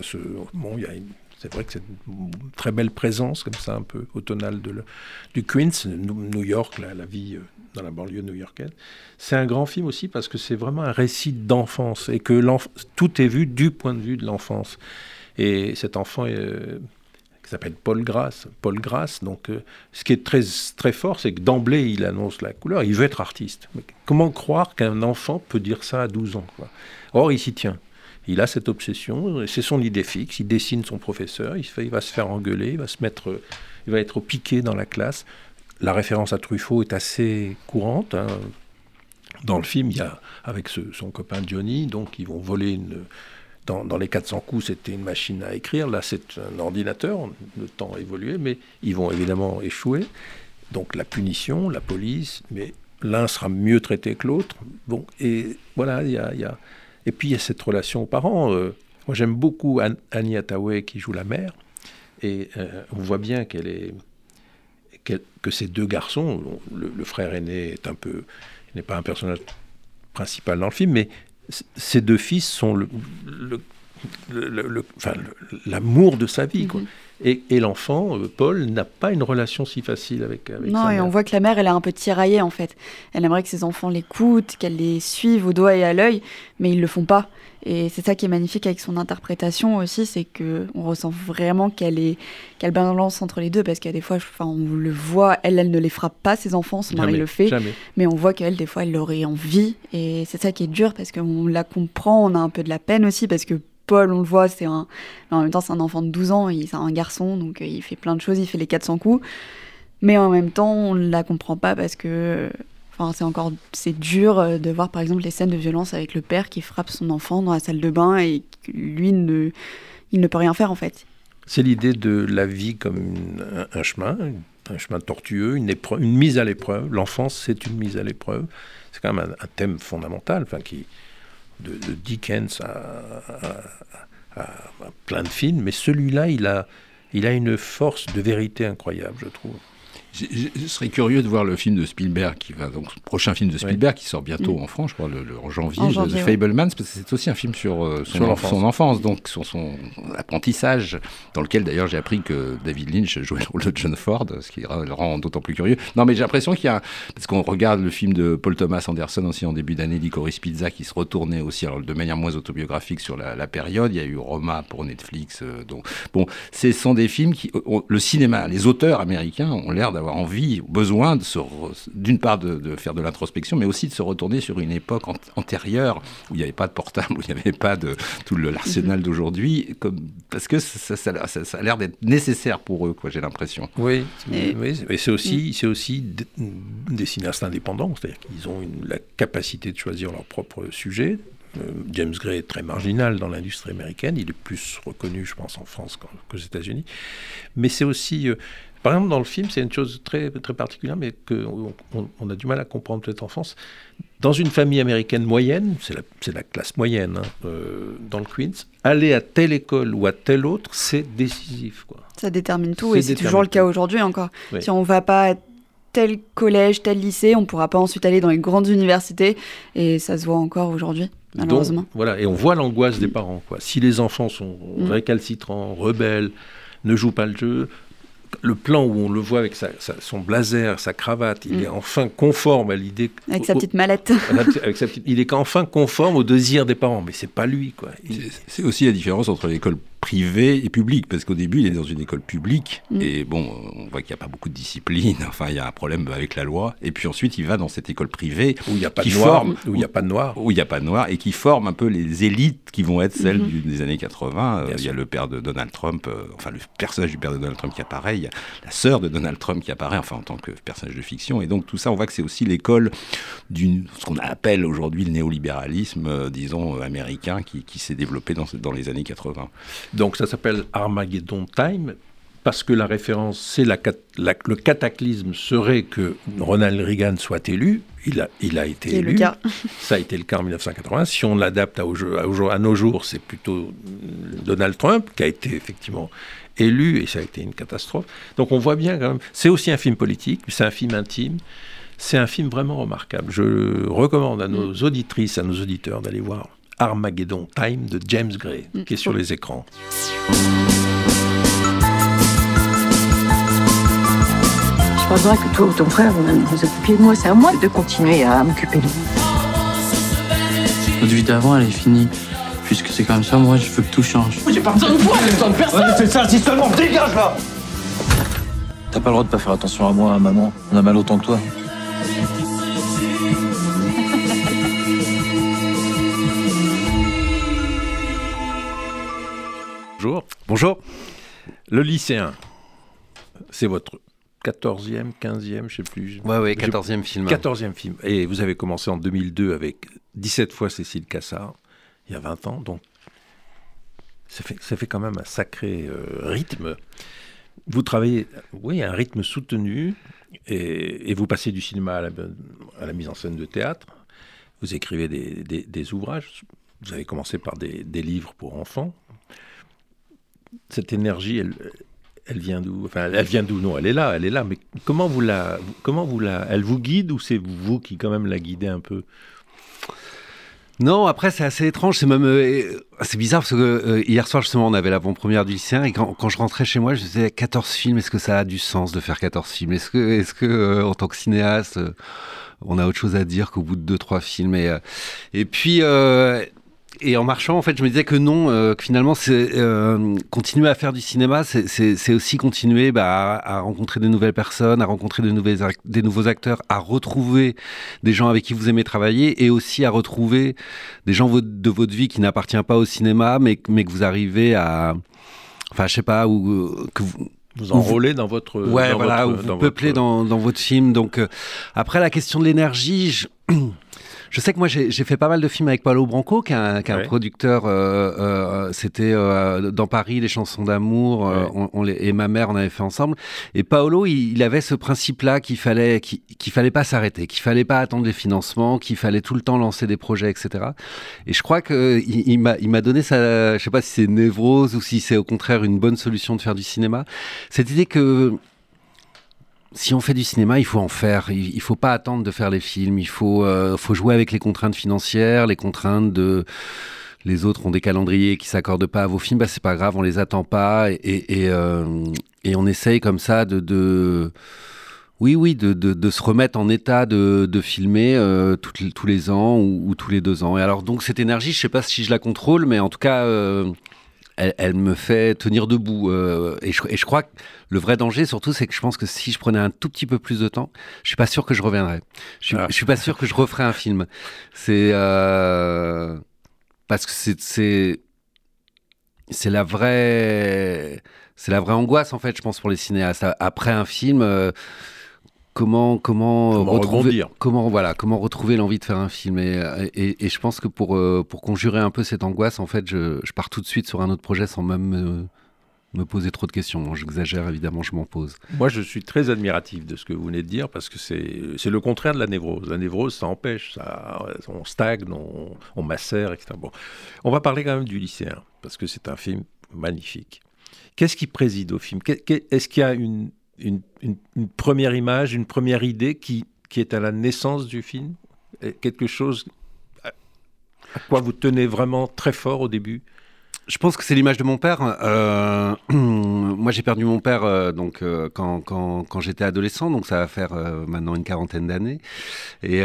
c'est vrai que c'est une très belle présence, comme ça, un peu automnale du Queens, New York, la vie dans la banlieue new-yorkaise. C'est un grand film aussi parce que c'est vraiment un récit d'enfance et que tout est vu du point de vue de l'enfance. Et cet enfant qui s'appelle Paul Grass. Donc, ce qui est très, très fort, c'est que d'emblée, il annonce la couleur. Il veut être artiste. Mais comment croire qu'un enfant peut dire ça à 12 ans, quoi? Or, il s'y tient. Il a cette obsession. C'est son idée fixe. Il dessine son professeur. Il va se faire engueuler. Il va être piqué dans la classe. la référence à Truffaut est assez courante. Hein. Dans le film, il y a, avec son copain Johnny, donc ils vont voler dans les 400 coups, c'était une machine à écrire. Là, c'est un ordinateur. Le temps a évolué, mais ils vont évidemment échouer. Donc la punition, la police, mais l'un sera mieux traité que l'autre. Bon, et voilà, il y a... Et puis il y a cette relation aux parents. Moi, j'aime beaucoup Annie Hathaway qui joue la mère. Et on voit bien que ces deux garçons, le frère aîné n'est pas un personnage principal dans le film, mais ces deux fils sont l'amour de sa vie, quoi. Et l'enfant, Paul, n'a pas une relation si facile avec
non,
sa
et
mère.
on voit que la mère, elle est un peu tiraillée, en fait. Elle aimerait que ses enfants l'écoutent, qu'elle les suive au doigt et à l'œil, mais ils le font pas. Et c'est ça qui est magnifique avec son interprétation aussi, c'est qu'on ressent vraiment qu'elle balance entre les deux, parce qu'il y a des fois, on le voit, elle ne les frappe pas, ses enfants, son mari le fait,
jamais.
Mais on voit qu'elle, des fois, elle l'aurait envie, et c'est ça qui est dur, parce qu'on la comprend, on a un peu de la peine aussi, parce que Paul, on le voit, en même temps, c'est un enfant de 12 ans, c'est un garçon, donc il fait plein de choses, il fait les 400 coups. Mais en même temps, on ne la comprend pas parce que c'est dur de voir, par exemple, les scènes de violence avec le père qui frappe son enfant dans la salle de bain et lui, il ne peut rien faire, en fait.
C'est l'idée de la vie comme un chemin tortueux, une mise à l'épreuve. L'enfance, c'est une mise à l'épreuve. C'est quand même un thème fondamental, de Dickens à plein de films, mais celui-là, il a une force de vérité incroyable, je trouve.
Je serais curieux de voir le film de Spielberg, le prochain film de Spielberg qui sort bientôt en France, je crois, en janvier, The Fabelmans, parce que c'est aussi un film sur son enfance, donc sur son apprentissage, dans lequel d'ailleurs j'ai appris que David Lynch jouait le rôle de John Ford, ce qui le rend d'autant plus curieux. Non, mais j'ai l'impression qu'il y a, parce qu'on regarde le film de Paul Thomas Anderson aussi en début d'année, Licorice Pizza, qui se retournait aussi, alors de manière moins autobiographique sur la période. Il y a eu Roma pour Netflix. Donc, bon, ce sont des films le cinéma, les auteurs américains ont l'air d'avoir envie, besoin d'une part de faire de l'introspection, mais aussi de se retourner sur une époque antérieure où il n'y avait pas de portable, où il n'y avait pas de tout l'arsenal d'aujourd'hui, parce que ça a l'air d'être nécessaire pour eux, quoi, j'ai l'impression.
Oui, et c'est aussi des cinéastes indépendants, c'est-à-dire qu'ils ont la capacité de choisir leur propre sujet. James Gray est très marginal dans l'industrie américaine, il est plus reconnu, je pense, en France qu'aux États-Unis. Mais c'est aussi... Par exemple, dans le film, c'est une chose très, très particulière, mais qu'on a du mal à comprendre peut-être en France. Dans une famille américaine moyenne, c'est la classe moyenne, dans le Queens, aller à telle école ou à telle autre, c'est décisif, quoi.
Ça détermine tout, et c'est toujours le cas aujourd'hui encore. Oui. Si on ne va pas à tel collège, tel lycée, on ne pourra pas ensuite aller dans les grandes universités, et ça se voit encore aujourd'hui, malheureusement.
Donc, voilà, et on voit l'angoisse des parents, quoi. Si les enfants sont récalcitrants, rebelles, ne jouent pas le jeu... Le plan où on le voit avec son blazer, sa cravate, il est enfin conforme à l'idée...
Avec sa petite mallette.
Il est enfin conforme au désir des parents, mais c'est pas lui, quoi.
C'est aussi la différence entre l'école privée et publique, parce qu'au début, il est dans une école publique, et bon, on voit qu'il n'y a pas beaucoup de discipline, enfin, il y a un problème avec la loi, et puis ensuite, il va dans cette école privée
où il n'y a pas de noir,
et qui forme un peu les élites qui vont être celles des années 80. Il y a le père de Donald Trump, le personnage du père de Donald Trump qui apparaît, il y a la sœur de Donald Trump qui apparaît, enfin, en tant que personnage de fiction, et donc tout ça, on voit que c'est aussi l'école ce qu'on appelle aujourd'hui le néolibéralisme, disons, américain, qui s'est développé dans les années 80.
Donc ça s'appelle Armageddon Time, parce que la référence, c'est le cataclysme serait que Ronald Reagan soit élu. Il a été élu. Ça a été le cas en 1980. Si on l'adapte à nos jours, c'est plutôt Donald Trump qui a été effectivement élu, et ça a été une catastrophe. Donc on voit bien quand même, c'est aussi un film politique, c'est un film intime, c'est un film vraiment remarquable. Je recommande à nos auditrices, à nos auditeurs d'aller voir Armageddon Time de James Gray, qui est sur les écrans.
C'est pas vrai que toi ou ton frère, vous occupiez de moi. C'est à moi de continuer à m'occuper de vous.
Notre vie d'avant, elle est finie. Puisque c'est comme ça, moi, je veux que tout change.
J'ai pas besoin de toi, j'ai besoin de personne.
Ouais, c'est ça, si seulement, dégage là.
T'as pas le droit de pas faire attention à moi, à maman. On a mal autant que toi.
Bonjour. Le lycéen, c'est votre 14e, 15e, je sais plus.
Ouais, 14e film.
14e film. Et vous avez commencé en 2002 avec 17 fois Cécile Cassard, il y a 20 ans. Donc, ça fait quand même un sacré rythme. Vous travaillez, un rythme soutenu, et vous passez du cinéma à la mise en scène de théâtre. Vous écrivez des ouvrages. Vous avez commencé par des livres pour enfants. Cette énergie, elle vient d'où ? Enfin, elle vient d'où ? Non, elle est là. Mais elle vous guide, ou c'est vous qui quand même la guidez un peu ?
Non, après c'est assez étrange, c'est même c'est bizarre parce que hier soir justement on avait l'avant-première du lycéen et quand je rentrais chez moi je me disais 14 films, est-ce que ça a du sens de faire 14 films ? Est-ce que en tant que cinéaste on a autre chose à dire qu'au bout de 2-3 films et puis et en marchant, en fait, je me disais que non, que finalement, c'est continuer à faire du cinéma, c'est aussi continuer à rencontrer de nouvelles personnes, à rencontrer des nouveaux acteurs, à retrouver des gens avec qui vous aimez travailler et aussi à retrouver des gens de votre vie qui n'appartiennent pas au cinéma, mais que vous arrivez à... Enfin, je sais pas, que
vous enrôlez dans votre...
Ouais, dans voilà, votre, vous peuplez dans votre film. Donc, après, la question de l'énergie... Je sais que moi, j'ai fait pas mal de films avec Paolo Branco, qui est un producteur. C'était dans Paris, les chansons d'amour, et ma mère, on avait fait ensemble. Et Paolo, il avait ce principe-là qu'il fallait pas s'arrêter, qu'il fallait pas attendre les financements, qu'il fallait tout le temps lancer des projets, etc. Et je crois qu'il m'a donné ça. Je sais pas si c'est névrose ou si c'est au contraire une bonne solution de faire du cinéma. Cette idée que si on fait du cinéma, il faut en faire. Il faut pas attendre de faire les films. Il faut jouer avec les contraintes financières, les contraintes de... Les autres ont des calendriers qui s'accordent pas à vos films. C'est pas grave, on les attend pas. Et on essaye comme ça de se remettre en état de filmer tous les ans ou tous les 2 ans. Et alors donc cette énergie, je sais pas si je la contrôle, mais en tout cas... Elle me fait tenir debout. Et je crois que le vrai danger, surtout, c'est que je pense que si je prenais un tout petit peu plus de temps, je suis pas sûr que je reviendrais. Je suis pas sûr que je referais un film. C'est parce que c'est la vraie angoisse, en fait, je pense, pour les cinéastes. Après un film... Comment retrouver l'envie de faire un film et je pense que pour conjurer un peu cette angoisse, en fait, je pars tout de suite sur un autre projet sans même me poser trop de questions. Bon, j'exagère, évidemment, je m'en pose.
Moi, je suis très admiratif de ce que vous venez de dire parce que c'est le contraire de la névrose. La névrose, ça empêche, on stagne, on macère, etc. Bon, on va parler quand même du lycéen parce que c'est un film magnifique. Qu'est-ce qui préside au film ? Est-ce qu'il y a une première image, une première idée qui est à la naissance du film ? Quelque chose à quoi vous tenez vraiment très fort au début ?
Je pense que c'est l'image de mon père. Moi, j'ai perdu mon père quand j'étais adolescent, donc ça va faire maintenant une 40aine d'années. Et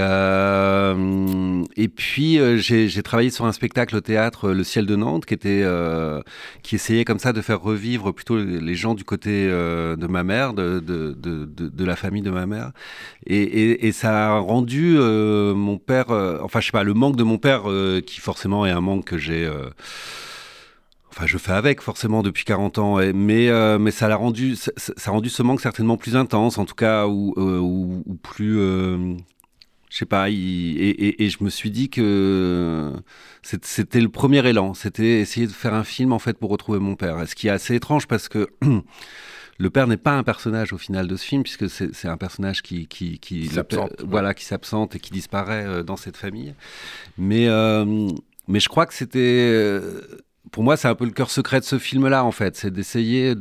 puis, j'ai travaillé sur un spectacle au théâtre Le Ciel de Nantes, qui essayait comme ça de faire revivre plutôt les gens du côté de ma mère, de la famille de ma mère. Et ça a rendu mon père... enfin, je sais pas, le manque de mon père, qui forcément est un manque que j'ai... Enfin, je fais avec, forcément, depuis 40 ans. Mais ça a rendu ce manque certainement plus intense, en tout cas, ou plus... je sais pas, et je me suis dit que c'était le premier élan. C'était essayer de faire un film, en fait, pour retrouver mon père. Ce qui est assez étrange, parce que... Le père n'est pas un personnage au final de ce film, puisque c'est un personnage qui s'absente et qui disparaît dans cette famille. Mais je crois que c'était... Pour moi, c'est un peu le cœur secret de ce film-là, en fait. C'est d'essayer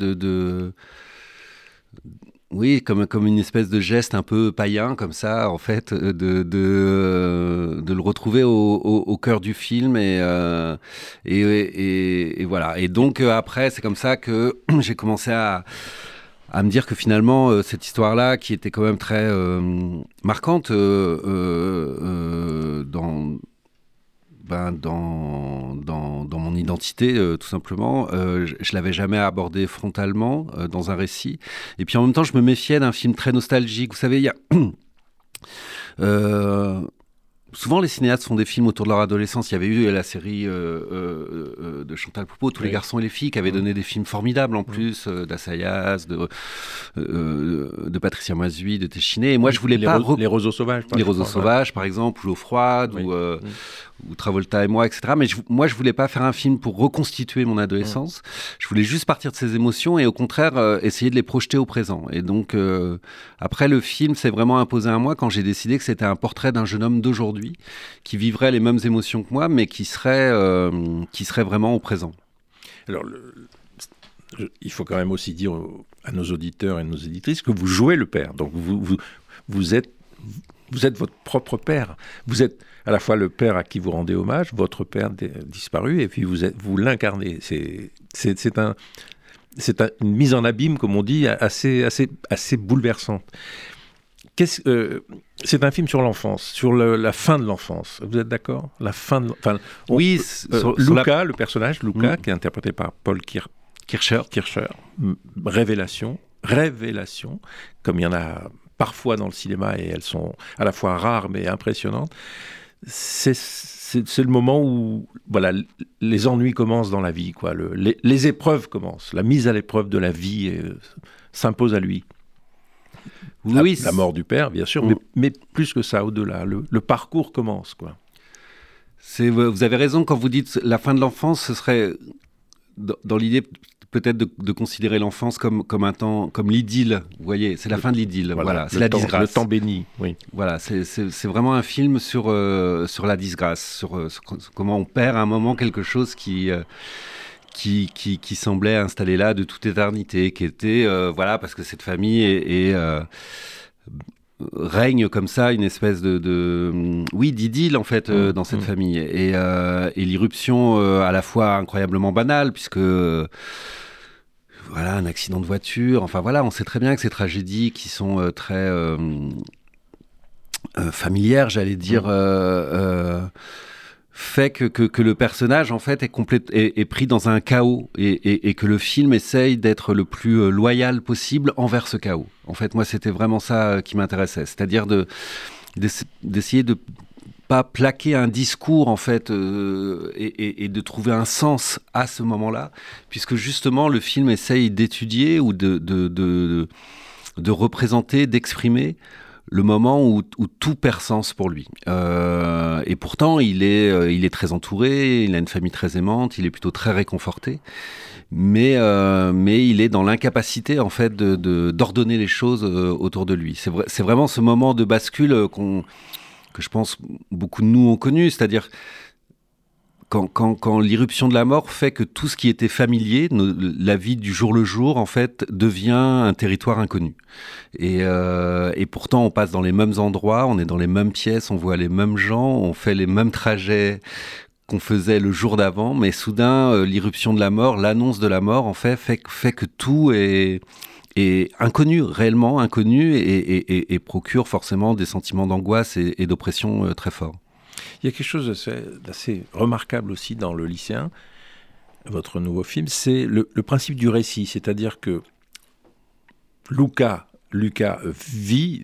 oui, comme une espèce de geste un peu païen, comme ça, en fait, de le retrouver au cœur du film. Et voilà. Et donc, après, c'est comme ça que j'ai commencé à me dire que finalement, cette histoire-là, qui était quand même très marquante dans mon identité, tout simplement. Je l'avais jamais abordé frontalement dans un récit. Et puis en même temps, je me méfiais d'un film très nostalgique. Vous savez, il y a... Souvent, les cinéastes font des films autour de leur adolescence. Il y avait eu la série de Chantal Poupeau, Tous les garçons et les filles, qui avait donné des films formidables en plus, d'Assayas, de Patricia Mazui, de Téchiné. Et moi, je voulais
les roseaux sauvages.
Les roseaux sauvages, par exemple, ou L'eau froide, ou Travolta et moi, etc. Mais moi, je voulais pas faire un film pour reconstituer mon adolescence. Je voulais juste partir de ces émotions et au contraire, essayer de les projeter au présent. Et donc, après, le film s'est vraiment imposé à moi quand j'ai décidé que c'était un portrait d'un jeune homme d'aujourd'hui qui vivrait les mêmes émotions que moi, mais qui serait vraiment au présent.
Alors, il faut quand même aussi dire à nos auditeurs et nos éditrices que vous jouez le père. Donc, vous êtes votre propre père. Vous êtes à la fois le père à qui vous rendez hommage, votre père disparu, et puis vous l'incarnez. C'est une mise en abîme, comme on dit, assez bouleversante. C'est un film sur l'enfance, sur la fin de l'enfance. Vous êtes d'accord ? La fin de,
oui,
Luca, le personnage Luca, qui est interprété par Paul Kircher. Révélation, comme il y en a parfois dans le cinéma, et elles sont à la fois rares mais impressionnantes. C'est le moment où les ennuis commencent dans la vie, quoi. Les épreuves commencent, la mise à l'épreuve de la vie s'impose à lui.
Oui,
la mort du père, bien sûr, mais plus que ça, au-delà, le parcours commence, quoi.
Vous avez raison quand vous dites la fin de l'enfance, ce serait dans l'idée peut-être de considérer l'enfance comme un temps, comme l'idylle. Vous voyez, c'est la fin de l'idylle. Voilà, c'est la disgrâce.
Le temps béni. Oui.
Voilà, c'est vraiment un film sur la disgrâce, sur comment on perd à un moment quelque chose qui semblait installé là de toute éternité, qui était parce que cette famille règne comme ça une espèce d'idylle en fait dans cette famille et l'irruption à la fois incroyablement banale puisque un accident de voiture, on sait très bien que ces tragédies qui sont très familières, j'allais dire, fait que le personnage en fait est pris dans un chaos et que le film essaye d'être le plus loyal possible envers ce chaos. En fait, moi, c'était vraiment ça qui m'intéressait, c'est-à-dire d'essayer de pas plaquer un discours en fait et de trouver un sens à ce moment-là, puisque justement le film essaye d'étudier ou de représenter, d'exprimer le moment où tout perd sens pour lui. Et pourtant, il est très entouré, il a une famille très aimante, il est plutôt très réconforté. Mais il est dans l'incapacité en fait d'ordonner les choses autour de lui. C'est vraiment ce moment de bascule que je pense beaucoup de nous ont connu, c'est-à-dire quand l'irruption de la mort fait que tout ce qui était familier, la vie du jour le jour, en fait, devient un territoire inconnu. Et pourtant, on passe dans les mêmes endroits, on est dans les mêmes pièces, on voit les mêmes gens, on fait les mêmes trajets qu'on faisait le jour d'avant, mais soudain, l'irruption de la mort, l'annonce de la mort, en fait que tout est inconnu, réellement inconnu, et procure forcément des sentiments d'angoisse et d'oppression très forts.
Il y a quelque chose d'assez remarquable aussi dans Le Lycéen, votre nouveau film, c'est le principe du récit, c'est-à-dire que Luca vit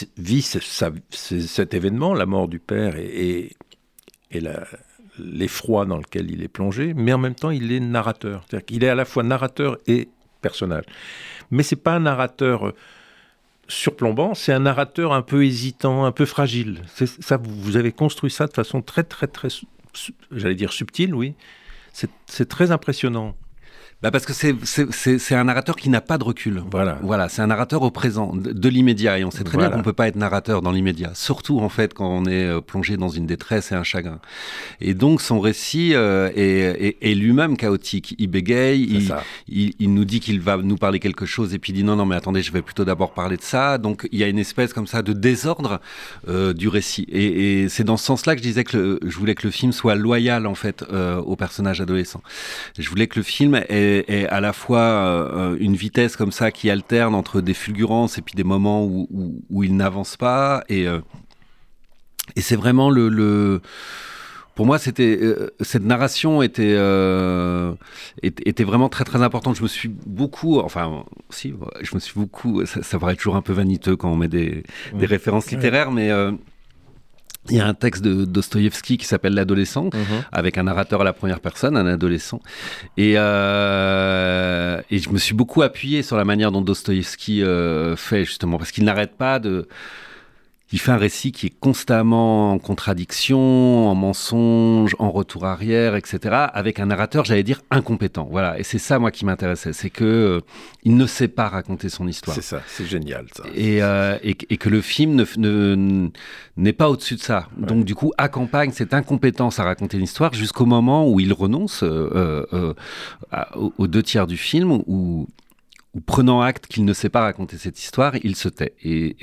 cet événement, la mort du père et l'effroi dans lequel il est plongé, mais en même temps il est narrateur, c'est-à-dire qu'il est à la fois narrateur et personnage. Mais c'est pas un narrateur surplombant, c'est un narrateur un peu hésitant, un peu fragile. Ça, vous avez construit ça de façon très, très, très, j'allais dire subtile, oui. C'est très impressionnant.
Parce que c'est un narrateur qui n'a pas de recul. Voilà, c'est un narrateur au présent, de l'immédiat. Et on sait très bien qu'on ne peut pas être narrateur dans l'immédiat. Surtout, en fait, quand on est plongé dans une détresse et un chagrin. Et donc, son récit est lui-même chaotique. Il bégaye, il nous dit qu'il va nous parler quelque chose et puis il dit non, mais attendez, je vais plutôt d'abord parler de ça. Donc, il y a une espèce comme ça de désordre du récit. Et c'est dans ce sens-là que je disais que je voulais que le film soit loyal, en fait, au personnage adolescent. Je voulais que le film ait à la fois une vitesse comme ça qui alterne entre des fulgurances et puis des moments où il n'avance pas et c'est vraiment pour moi c'était cette narration était vraiment très très importante. Je me suis beaucoup ça paraît toujours un peu vaniteux quand on met des références littéraires, mais Il y a un texte de Dostoïevski qui s'appelle L'adolescent, avec un narrateur à la première personne, un adolescent. Et je me suis beaucoup appuyé sur la manière dont Dostoïevski fait, justement, parce qu'il n'arrête pas de... Il fait un récit qui est constamment en contradiction, en mensonge, en retour arrière, etc., avec un narrateur, j'allais dire, incompétent. Voilà. Et c'est ça, moi, qui m'intéressait. C'est que il ne sait pas raconter son histoire.
C'est ça, c'est génial, ça.
Et que le film n'est pas au-dessus de ça. Ouais. Donc, du coup, accompagne cette incompétence à raconter une histoire jusqu'au moment où il renonce aux 2 tiers du film, où prenant acte qu'il ne sait pas raconter cette histoire, il se tait et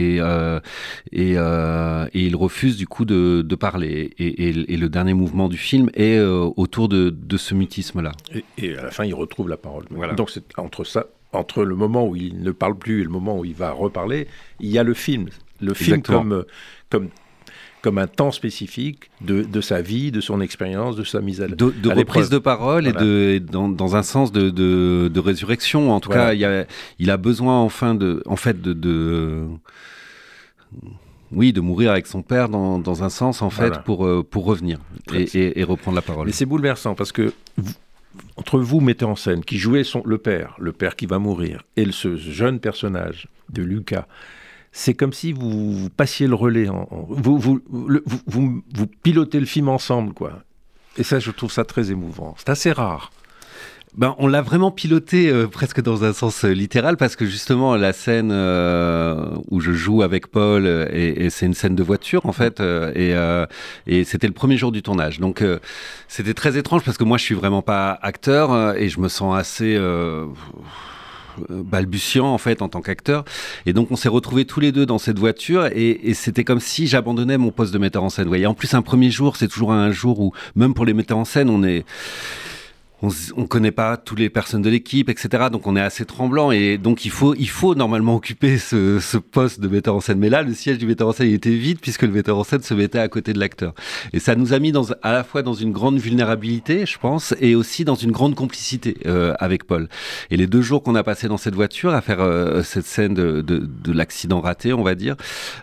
il refuse du coup de parler. Et le dernier mouvement du film est autour de ce mutisme-là.
Et à la fin, il retrouve la parole. Voilà. Donc c'est entre le moment où il ne parle plus et le moment où il va reparler, il y a le film. Le film comme un temps spécifique de sa vie, de son expérience, de sa mise à l'épreuve.
De reprise de parole, voilà. Et dans un sens de résurrection. En tout cas, il a besoin enfin de mourir avec son père dans un sens, en fait, pour revenir et reprendre la parole.
Mais c'est bouleversant parce que entre vous, mettez en scène, qui jouait le père qui va mourir, et ce jeune personnage de Lucas, c'est comme si vous passiez le relais, vous pilotez le film ensemble, quoi. Et ça, je trouve ça très émouvant. C'est assez rare.
On l'a vraiment piloté presque dans un sens littéral, parce que justement la scène où je joue avec Paul, et c'est une scène de voiture en fait, et c'était le premier jour du tournage. Donc c'était très étrange parce que moi je suis vraiment pas acteur et je me sens assez balbutiant en fait en tant qu'acteur, et donc on s'est retrouvés tous les deux dans cette voiture, et c'était comme si j'abandonnais mon poste de metteur en scène. Vous voyez, en plus un premier jour, c'est toujours un jour où même pour les metteurs en scène, on connaît pas toutes les personnes de l'équipe, etc. Donc on est assez tremblant, et donc il faut normalement occuper ce poste de metteur en scène. Mais là, le siège du metteur en scène il était vide puisque le metteur en scène se mettait à côté de l'acteur. Et ça nous a mis à la fois dans une grande vulnérabilité, je pense, et aussi dans une grande complicité avec Paul. Et les 2 jours qu'on a passé dans cette voiture à faire cette scène de l'accident raté, on va dire,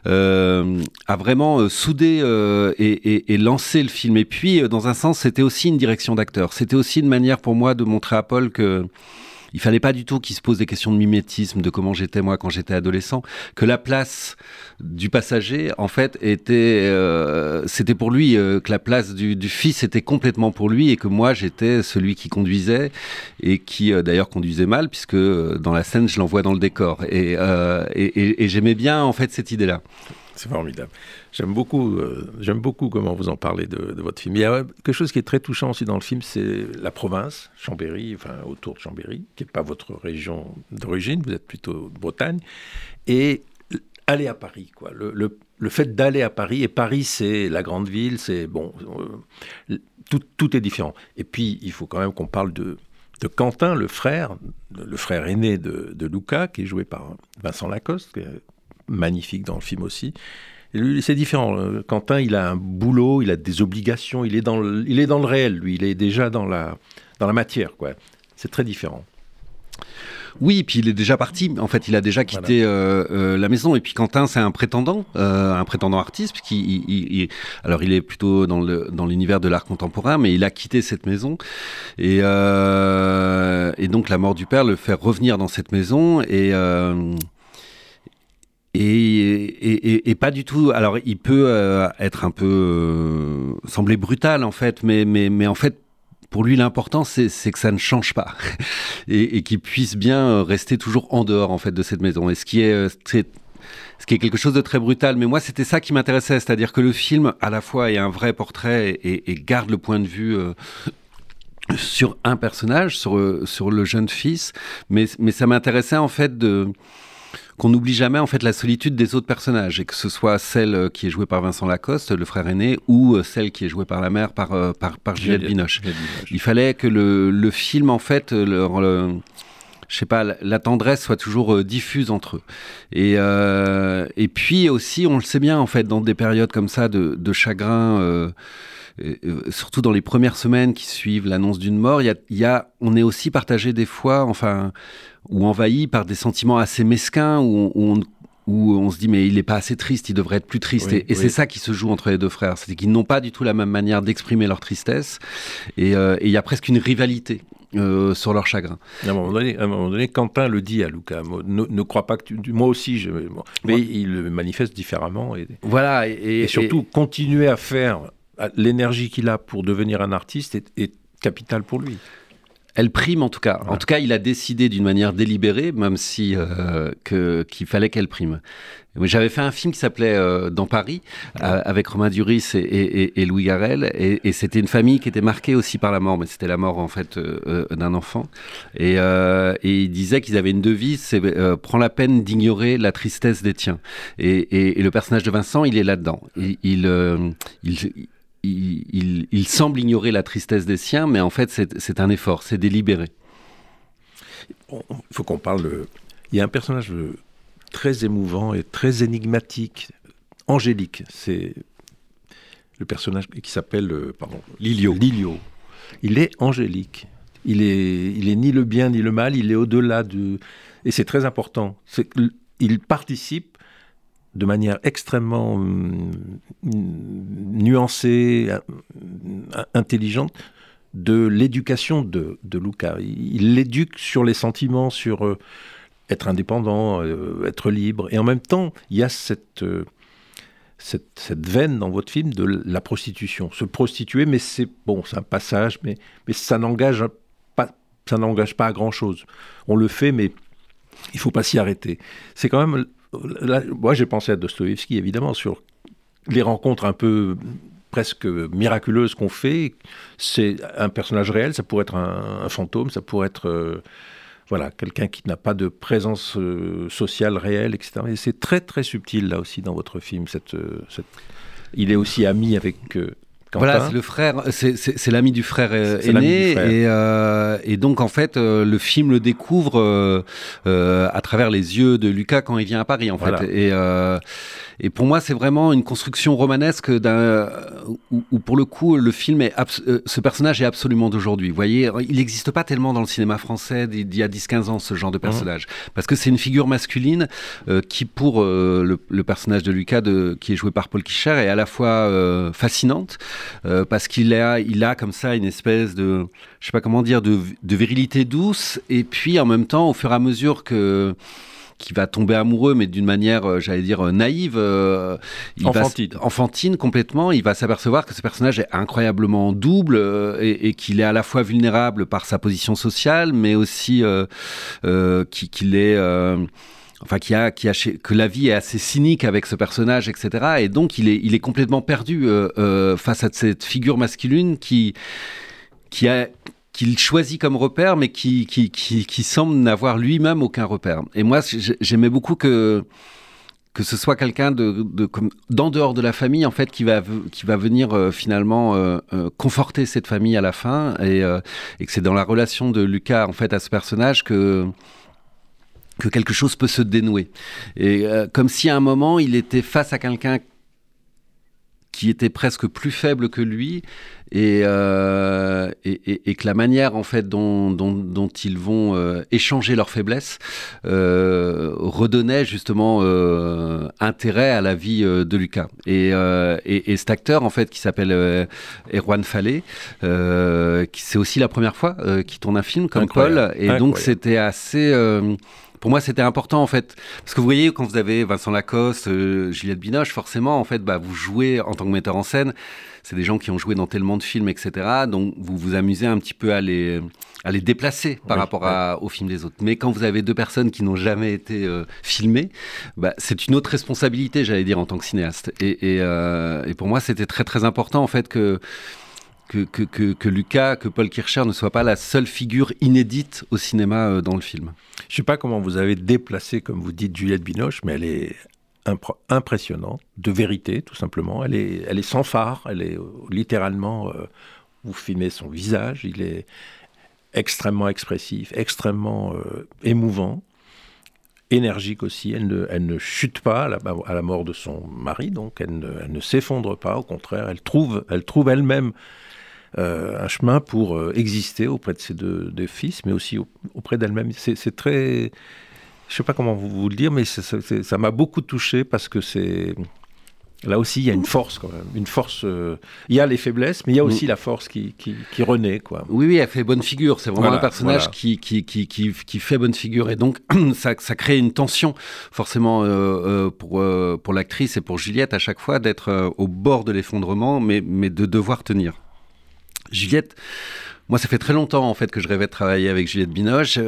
a vraiment soudé et lancé le film. Et puis, dans un sens, c'était aussi une direction d'acteur. C'était aussi une manière pour moi de montrer à Paul que il fallait pas du tout qu'il se pose des questions de mimétisme, de comment j'étais moi quand j'étais adolescent, que la place du passager en fait c'était pour lui, que la place du fils était complètement pour lui, et que moi j'étais celui qui conduisait, et qui d'ailleurs conduisait mal, puisque dans la scène je l'envoie dans le décor, et j'aimais bien en fait cette idée-là.
C'est formidable. J'aime beaucoup comment vous en parlez de votre film. Il y a quelque chose qui est très touchant aussi dans le film, c'est la province, Chambéry, enfin autour de Chambéry, qui n'est pas votre région d'origine, vous êtes plutôt de Bretagne, et aller à Paris, quoi. Le fait d'aller à Paris, et Paris c'est la grande ville, c'est bon, tout est différent. Et puis il faut quand même qu'on parle de Quentin, le frère aîné de Lucas, qui est joué par Vincent Lacoste, qui est magnifique dans le film aussi. Et lui, c'est différent. Quentin, il a un boulot, il a des obligations, il est dans le réel, lui. Il est déjà dans la matière, quoi. C'est très différent.
Oui, puis il est déjà parti. En fait, il a déjà quitté la maison. Et puis Quentin, c'est un prétendant artiste, puisqu'il alors il est plutôt dans l'univers de l'art contemporain, mais il a quitté cette maison. Et donc la mort du père le fait revenir dans cette maison, et pas du tout. Alors, il peut être un peu sembler brutal en fait, mais en fait, pour lui, l'important c'est que ça ne change pas et qu'il puisse bien rester toujours en dehors en fait de cette maison. Et ce qui est quelque chose de très brutal. Mais moi, c'était ça qui m'intéressait, c'est-à-dire que le film, à la fois, est un vrai portrait et garde le point de vue sur un personnage, sur le jeune fils, mais ça m'intéressait en fait qu'on n'oublie jamais en fait la solitude des autres personnages, et que ce soit celle qui est jouée par Vincent Lacoste, le frère aîné, ou celle qui est jouée par la mère, par Juliette Binoche. Il fallait que le film en fait je sais pas, la tendresse soit toujours diffuse entre eux. Et puis aussi, on le sait bien en fait, dans des périodes comme ça de chagrin, surtout dans les premières semaines qui suivent l'annonce d'une mort, on est aussi partagé des fois, enfin, ou envahi par des sentiments assez mesquins, où où on se dit mais il n'est pas assez triste, il devrait être plus triste. Et c'est ça qui se joue entre les deux frères, c'est qu'ils n'ont pas du tout la même manière d'exprimer leur tristesse, et il y a presque une rivalité sur leur chagrin.
À un moment donné, Quentin le dit à Luca, ne crois pas que moi aussi, mais il le manifeste différemment.
Voilà,
et surtout, continuer à faire l'énergie qu'il a pour devenir un artiste est capitale pour lui.
Elle prime en tout cas. Voilà. En tout cas, il a décidé d'une manière délibérée, même si qu'il fallait qu'elle prime. J'avais fait un film qui s'appelait Dans Paris, avec Romain Duris et Louis Garrel, et c'était une famille qui était marquée aussi par la mort, mais c'était la mort en fait d'un enfant. Et il disait qu'ils avaient une devise, c'est prends la peine d'ignorer la tristesse des tiens. Et le personnage de Vincent, il est là-dedans. Il semble ignorer la tristesse des siens, mais en fait, c'est un effort, c'est délibéré.
Il faut qu'on parle... Il y a un personnage très émouvant et très énigmatique, Angélique. C'est le personnage qui s'appelle
Lilio.
Il est angélique. Il est ni le bien ni le mal, il est au-delà de... Et c'est très important. Il participe de manière extrêmement nuancée, intelligente, de l'éducation de Luca. Il l'éduque sur les sentiments, sur être indépendant, être libre. Et en même temps, il y a cette veine dans votre film de la prostitution. Se prostituer, mais c'est un passage, mais ça n'engage pas à grand-chose. On le fait, mais il ne faut pas s'y arrêter. C'est quand même... Là, moi, j'ai pensé à Dostoïevski, évidemment, sur les rencontres un peu presque miraculeuses qu'on fait. C'est un personnage réel, ça pourrait être un fantôme, ça pourrait être quelqu'un qui n'a pas de présence sociale réelle, etc. Et c'est très, très subtil, là aussi, dans votre film. Il est aussi ami avec... Quentin.
Voilà, c'est le frère, c'est l'ami du frère aîné, et donc en fait le film le découvre à travers les yeux de Luca quand il vient à Paris en fait. Et pour moi c'est vraiment une construction romanesque où pour le coup le film ce personnage est absolument d'aujourd'hui. Vous voyez, il n'existe pas tellement dans le cinéma français d'il y a 10-15 ans ce genre de personnage, parce que c'est une figure masculine qui pour le personnage de Luca qui est joué par Paul Kircher est à la fois fascinante. Parce qu'il a comme ça une espèce de, je sais pas comment dire, de virilité douce, et puis en même temps, au fur et à mesure qu'il va tomber amoureux, mais d'une manière, j'allais dire, naïve, enfantine complètement, il va s'apercevoir que ce personnage est incroyablement double et qu'il est à la fois vulnérable par sa position sociale, mais aussi qu'il est... que la vie est assez cynique avec ce personnage, etc. Et donc, il est complètement perdu face à cette figure masculine qu'il choisit comme repère, mais qui semble n'avoir lui-même aucun repère. Et moi, j'aimais beaucoup que ce soit quelqu'un d'en dehors de la famille, en fait, qui va venir finalement conforter cette famille à la fin, et que c'est dans la relation de Luca, en fait, à ce personnage que quelque chose peut se dénouer. Et comme si à un moment, il était face à quelqu'un qui était presque plus faible que lui, et que la manière en fait dont ils vont échanger leurs faiblesses redonnait justement intérêt à la vie de Luca. Et cet acteur en fait qui s'appelle Erwan Fallet, c'est aussi la première fois qu'il tourne un film comme Paul, et donc c'était assez... Pour moi, c'était important, en fait. Parce que vous voyez, quand vous avez Vincent Lacoste, Juliette Binoche, forcément, en fait, vous jouez en tant que metteur en scène. C'est des gens qui ont joué dans tellement de films, etc. Donc, vous vous amusez un petit peu à les déplacer par rapport au film des autres. Mais quand vous avez deux personnes qui n'ont jamais été filmées, c'est une autre responsabilité, j'allais dire, en tant que cinéaste. Et pour moi, c'était très, très important, en fait, que Luca, que Paul Kircher ne soit pas la seule figure inédite au cinéma dans le film.
Je ne sais pas comment vous avez déplacé, comme vous dites, Juliette Binoche, mais elle est impressionnante, de vérité, tout simplement. Elle est sans phare, elle est littéralement... vous filmez son visage, il est extrêmement expressif, extrêmement émouvant, énergique aussi. Elle ne chute pas à la mort de son mari, donc elle ne s'effondre pas, au contraire, elle trouve elle-même un chemin pour exister auprès de ses deux fils, mais aussi auprès d'elle-même. C'est très... je ne sais pas comment vous le dire, mais ça m'a beaucoup touché parce que c'est... Là aussi, il y a une force quand même. Une force. Il y a les faiblesses, mais il y a aussi la force qui renaît, quoi.
Oui, elle fait bonne figure. C'est vraiment un personnage qui fait bonne figure. Et donc, ça crée une tension, forcément, pour l'actrice et pour Juliette, à chaque fois, d'être au bord de l'effondrement, mais de devoir tenir. Juliette, moi, ça fait très longtemps, en fait, que je rêvais de travailler avec Juliette Binoche.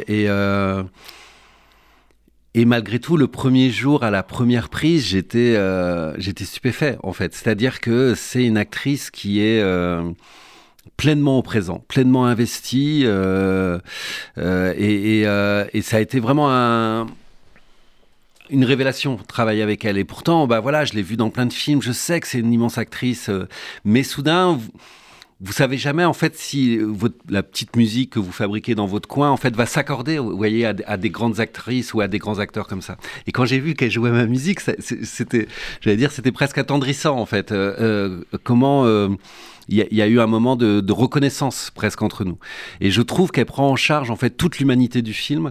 Et malgré tout, le premier jour, à la première prise, j'étais stupéfait, en fait. C'est-à-dire que c'est une actrice qui est pleinement au présent, pleinement investie. Et ça a été vraiment une révélation, travailler avec elle. Et pourtant, je l'ai vue dans plein de films. Je sais que c'est une immense actrice. Mais soudain... Vous savez jamais, en fait, si la petite musique que vous fabriquez dans votre coin, en fait, va s'accorder, vous voyez, à des grandes actrices ou à des grands acteurs comme ça. Et quand j'ai vu qu'elle jouait ma musique, c'était presque attendrissant, en fait. Comment il y a eu un moment de reconnaissance presque entre nous. Et je trouve qu'elle prend en charge, en fait, toute l'humanité du film.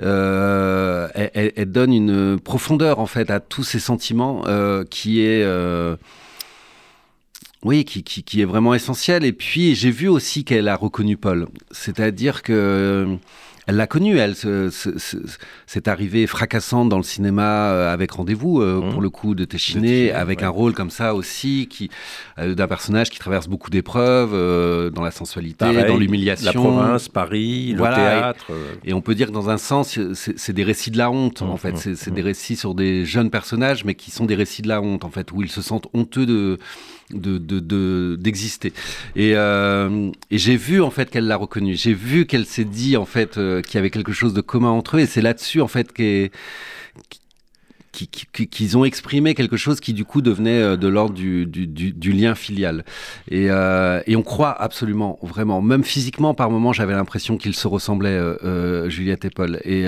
Elle donne une profondeur, en fait, à tous ces sentiments qui est... Oui, qui est vraiment essentiel. Et puis, j'ai vu aussi qu'elle a reconnu Paul. C'est-à-dire que elle l'a connu, elle, cette arrivée fracassante dans le cinéma avec Rendez-vous, pour le coup, de Téchiné, avec un rôle comme ça aussi, d'un personnage qui traverse beaucoup d'épreuves, dans la sensualité, dans l'humiliation.
La province, Paris, le théâtre.
Et on peut dire que dans un sens, c'est des récits de la honte, en fait. C'est des récits sur des jeunes personnages, mais qui sont des récits de la honte, en fait, où ils se sentent honteux d'exister. Et j'ai vu en fait qu'elle l'a reconnu. J'ai vu qu'elle s'est dit en fait qu'il y avait quelque chose de commun entre eux. Et c'est là-dessus en fait qu'ils ont exprimé quelque chose qui du coup devenait de l'ordre du lien filial. Et on croit absolument, vraiment, même physiquement par moments, j'avais l'impression qu'ils se ressemblaient, Juliette et Paul. Et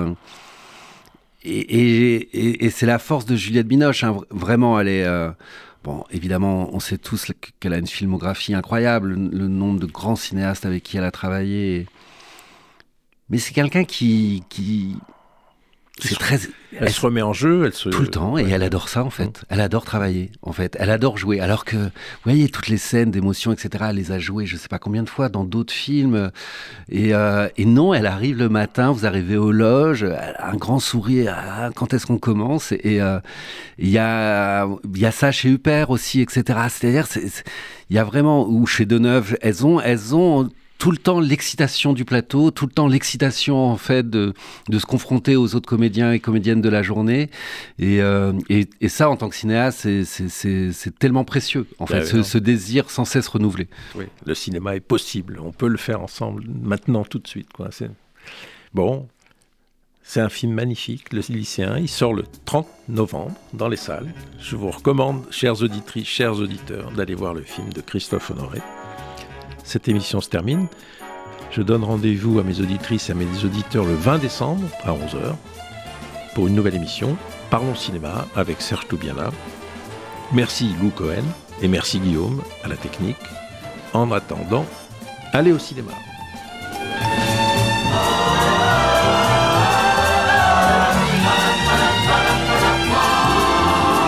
c'est la force de Juliette Binoche. Hein. Vraiment, elle est... Bon, évidemment, on sait tous qu'elle a une filmographie incroyable, le nombre de grands cinéastes avec qui elle a travaillé. Mais c'est quelqu'un qui c'est très...
Elle se remet en jeu.
Tout le temps, et elle adore ça, en fait. Elle adore travailler, en fait. Elle adore jouer. Alors que, vous voyez, toutes les scènes d'émotion, etc., elle les a jouées, je ne sais pas combien de fois, dans d'autres films. Et non, elle arrive le matin, vous arrivez aux loges, un grand sourire, quand est-ce qu'on commence ? Et il y a ça chez Huppert aussi, etc. C'est-à-dire, il y a vraiment, ou chez Deneuve, elles ont tout le temps l'excitation du plateau, tout le temps l'excitation en fait de se confronter aux autres comédiens et comédiennes de la journée. Et ça, en tant que cinéaste, c'est tellement précieux, en fait, ce désir sans cesse renouvelé.
Oui, le cinéma est possible. On peut le faire ensemble maintenant, tout de suite, quoi. Bon, c'est un film magnifique, Le Lycéen. Il sort le 30 novembre dans les salles. Je vous recommande, chères auditrices, chers auditeurs, d'aller voir le film de Christophe Honoré. Cette émission se termine. Je donne rendez-vous à mes auditrices et à mes auditeurs le 20 décembre à 11h pour une nouvelle émission Parlons Cinéma avec Serge Toubiana. Merci Lou Cohen et merci Guillaume à la technique. En attendant, allez au cinéma.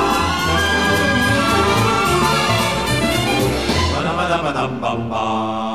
Bam bam.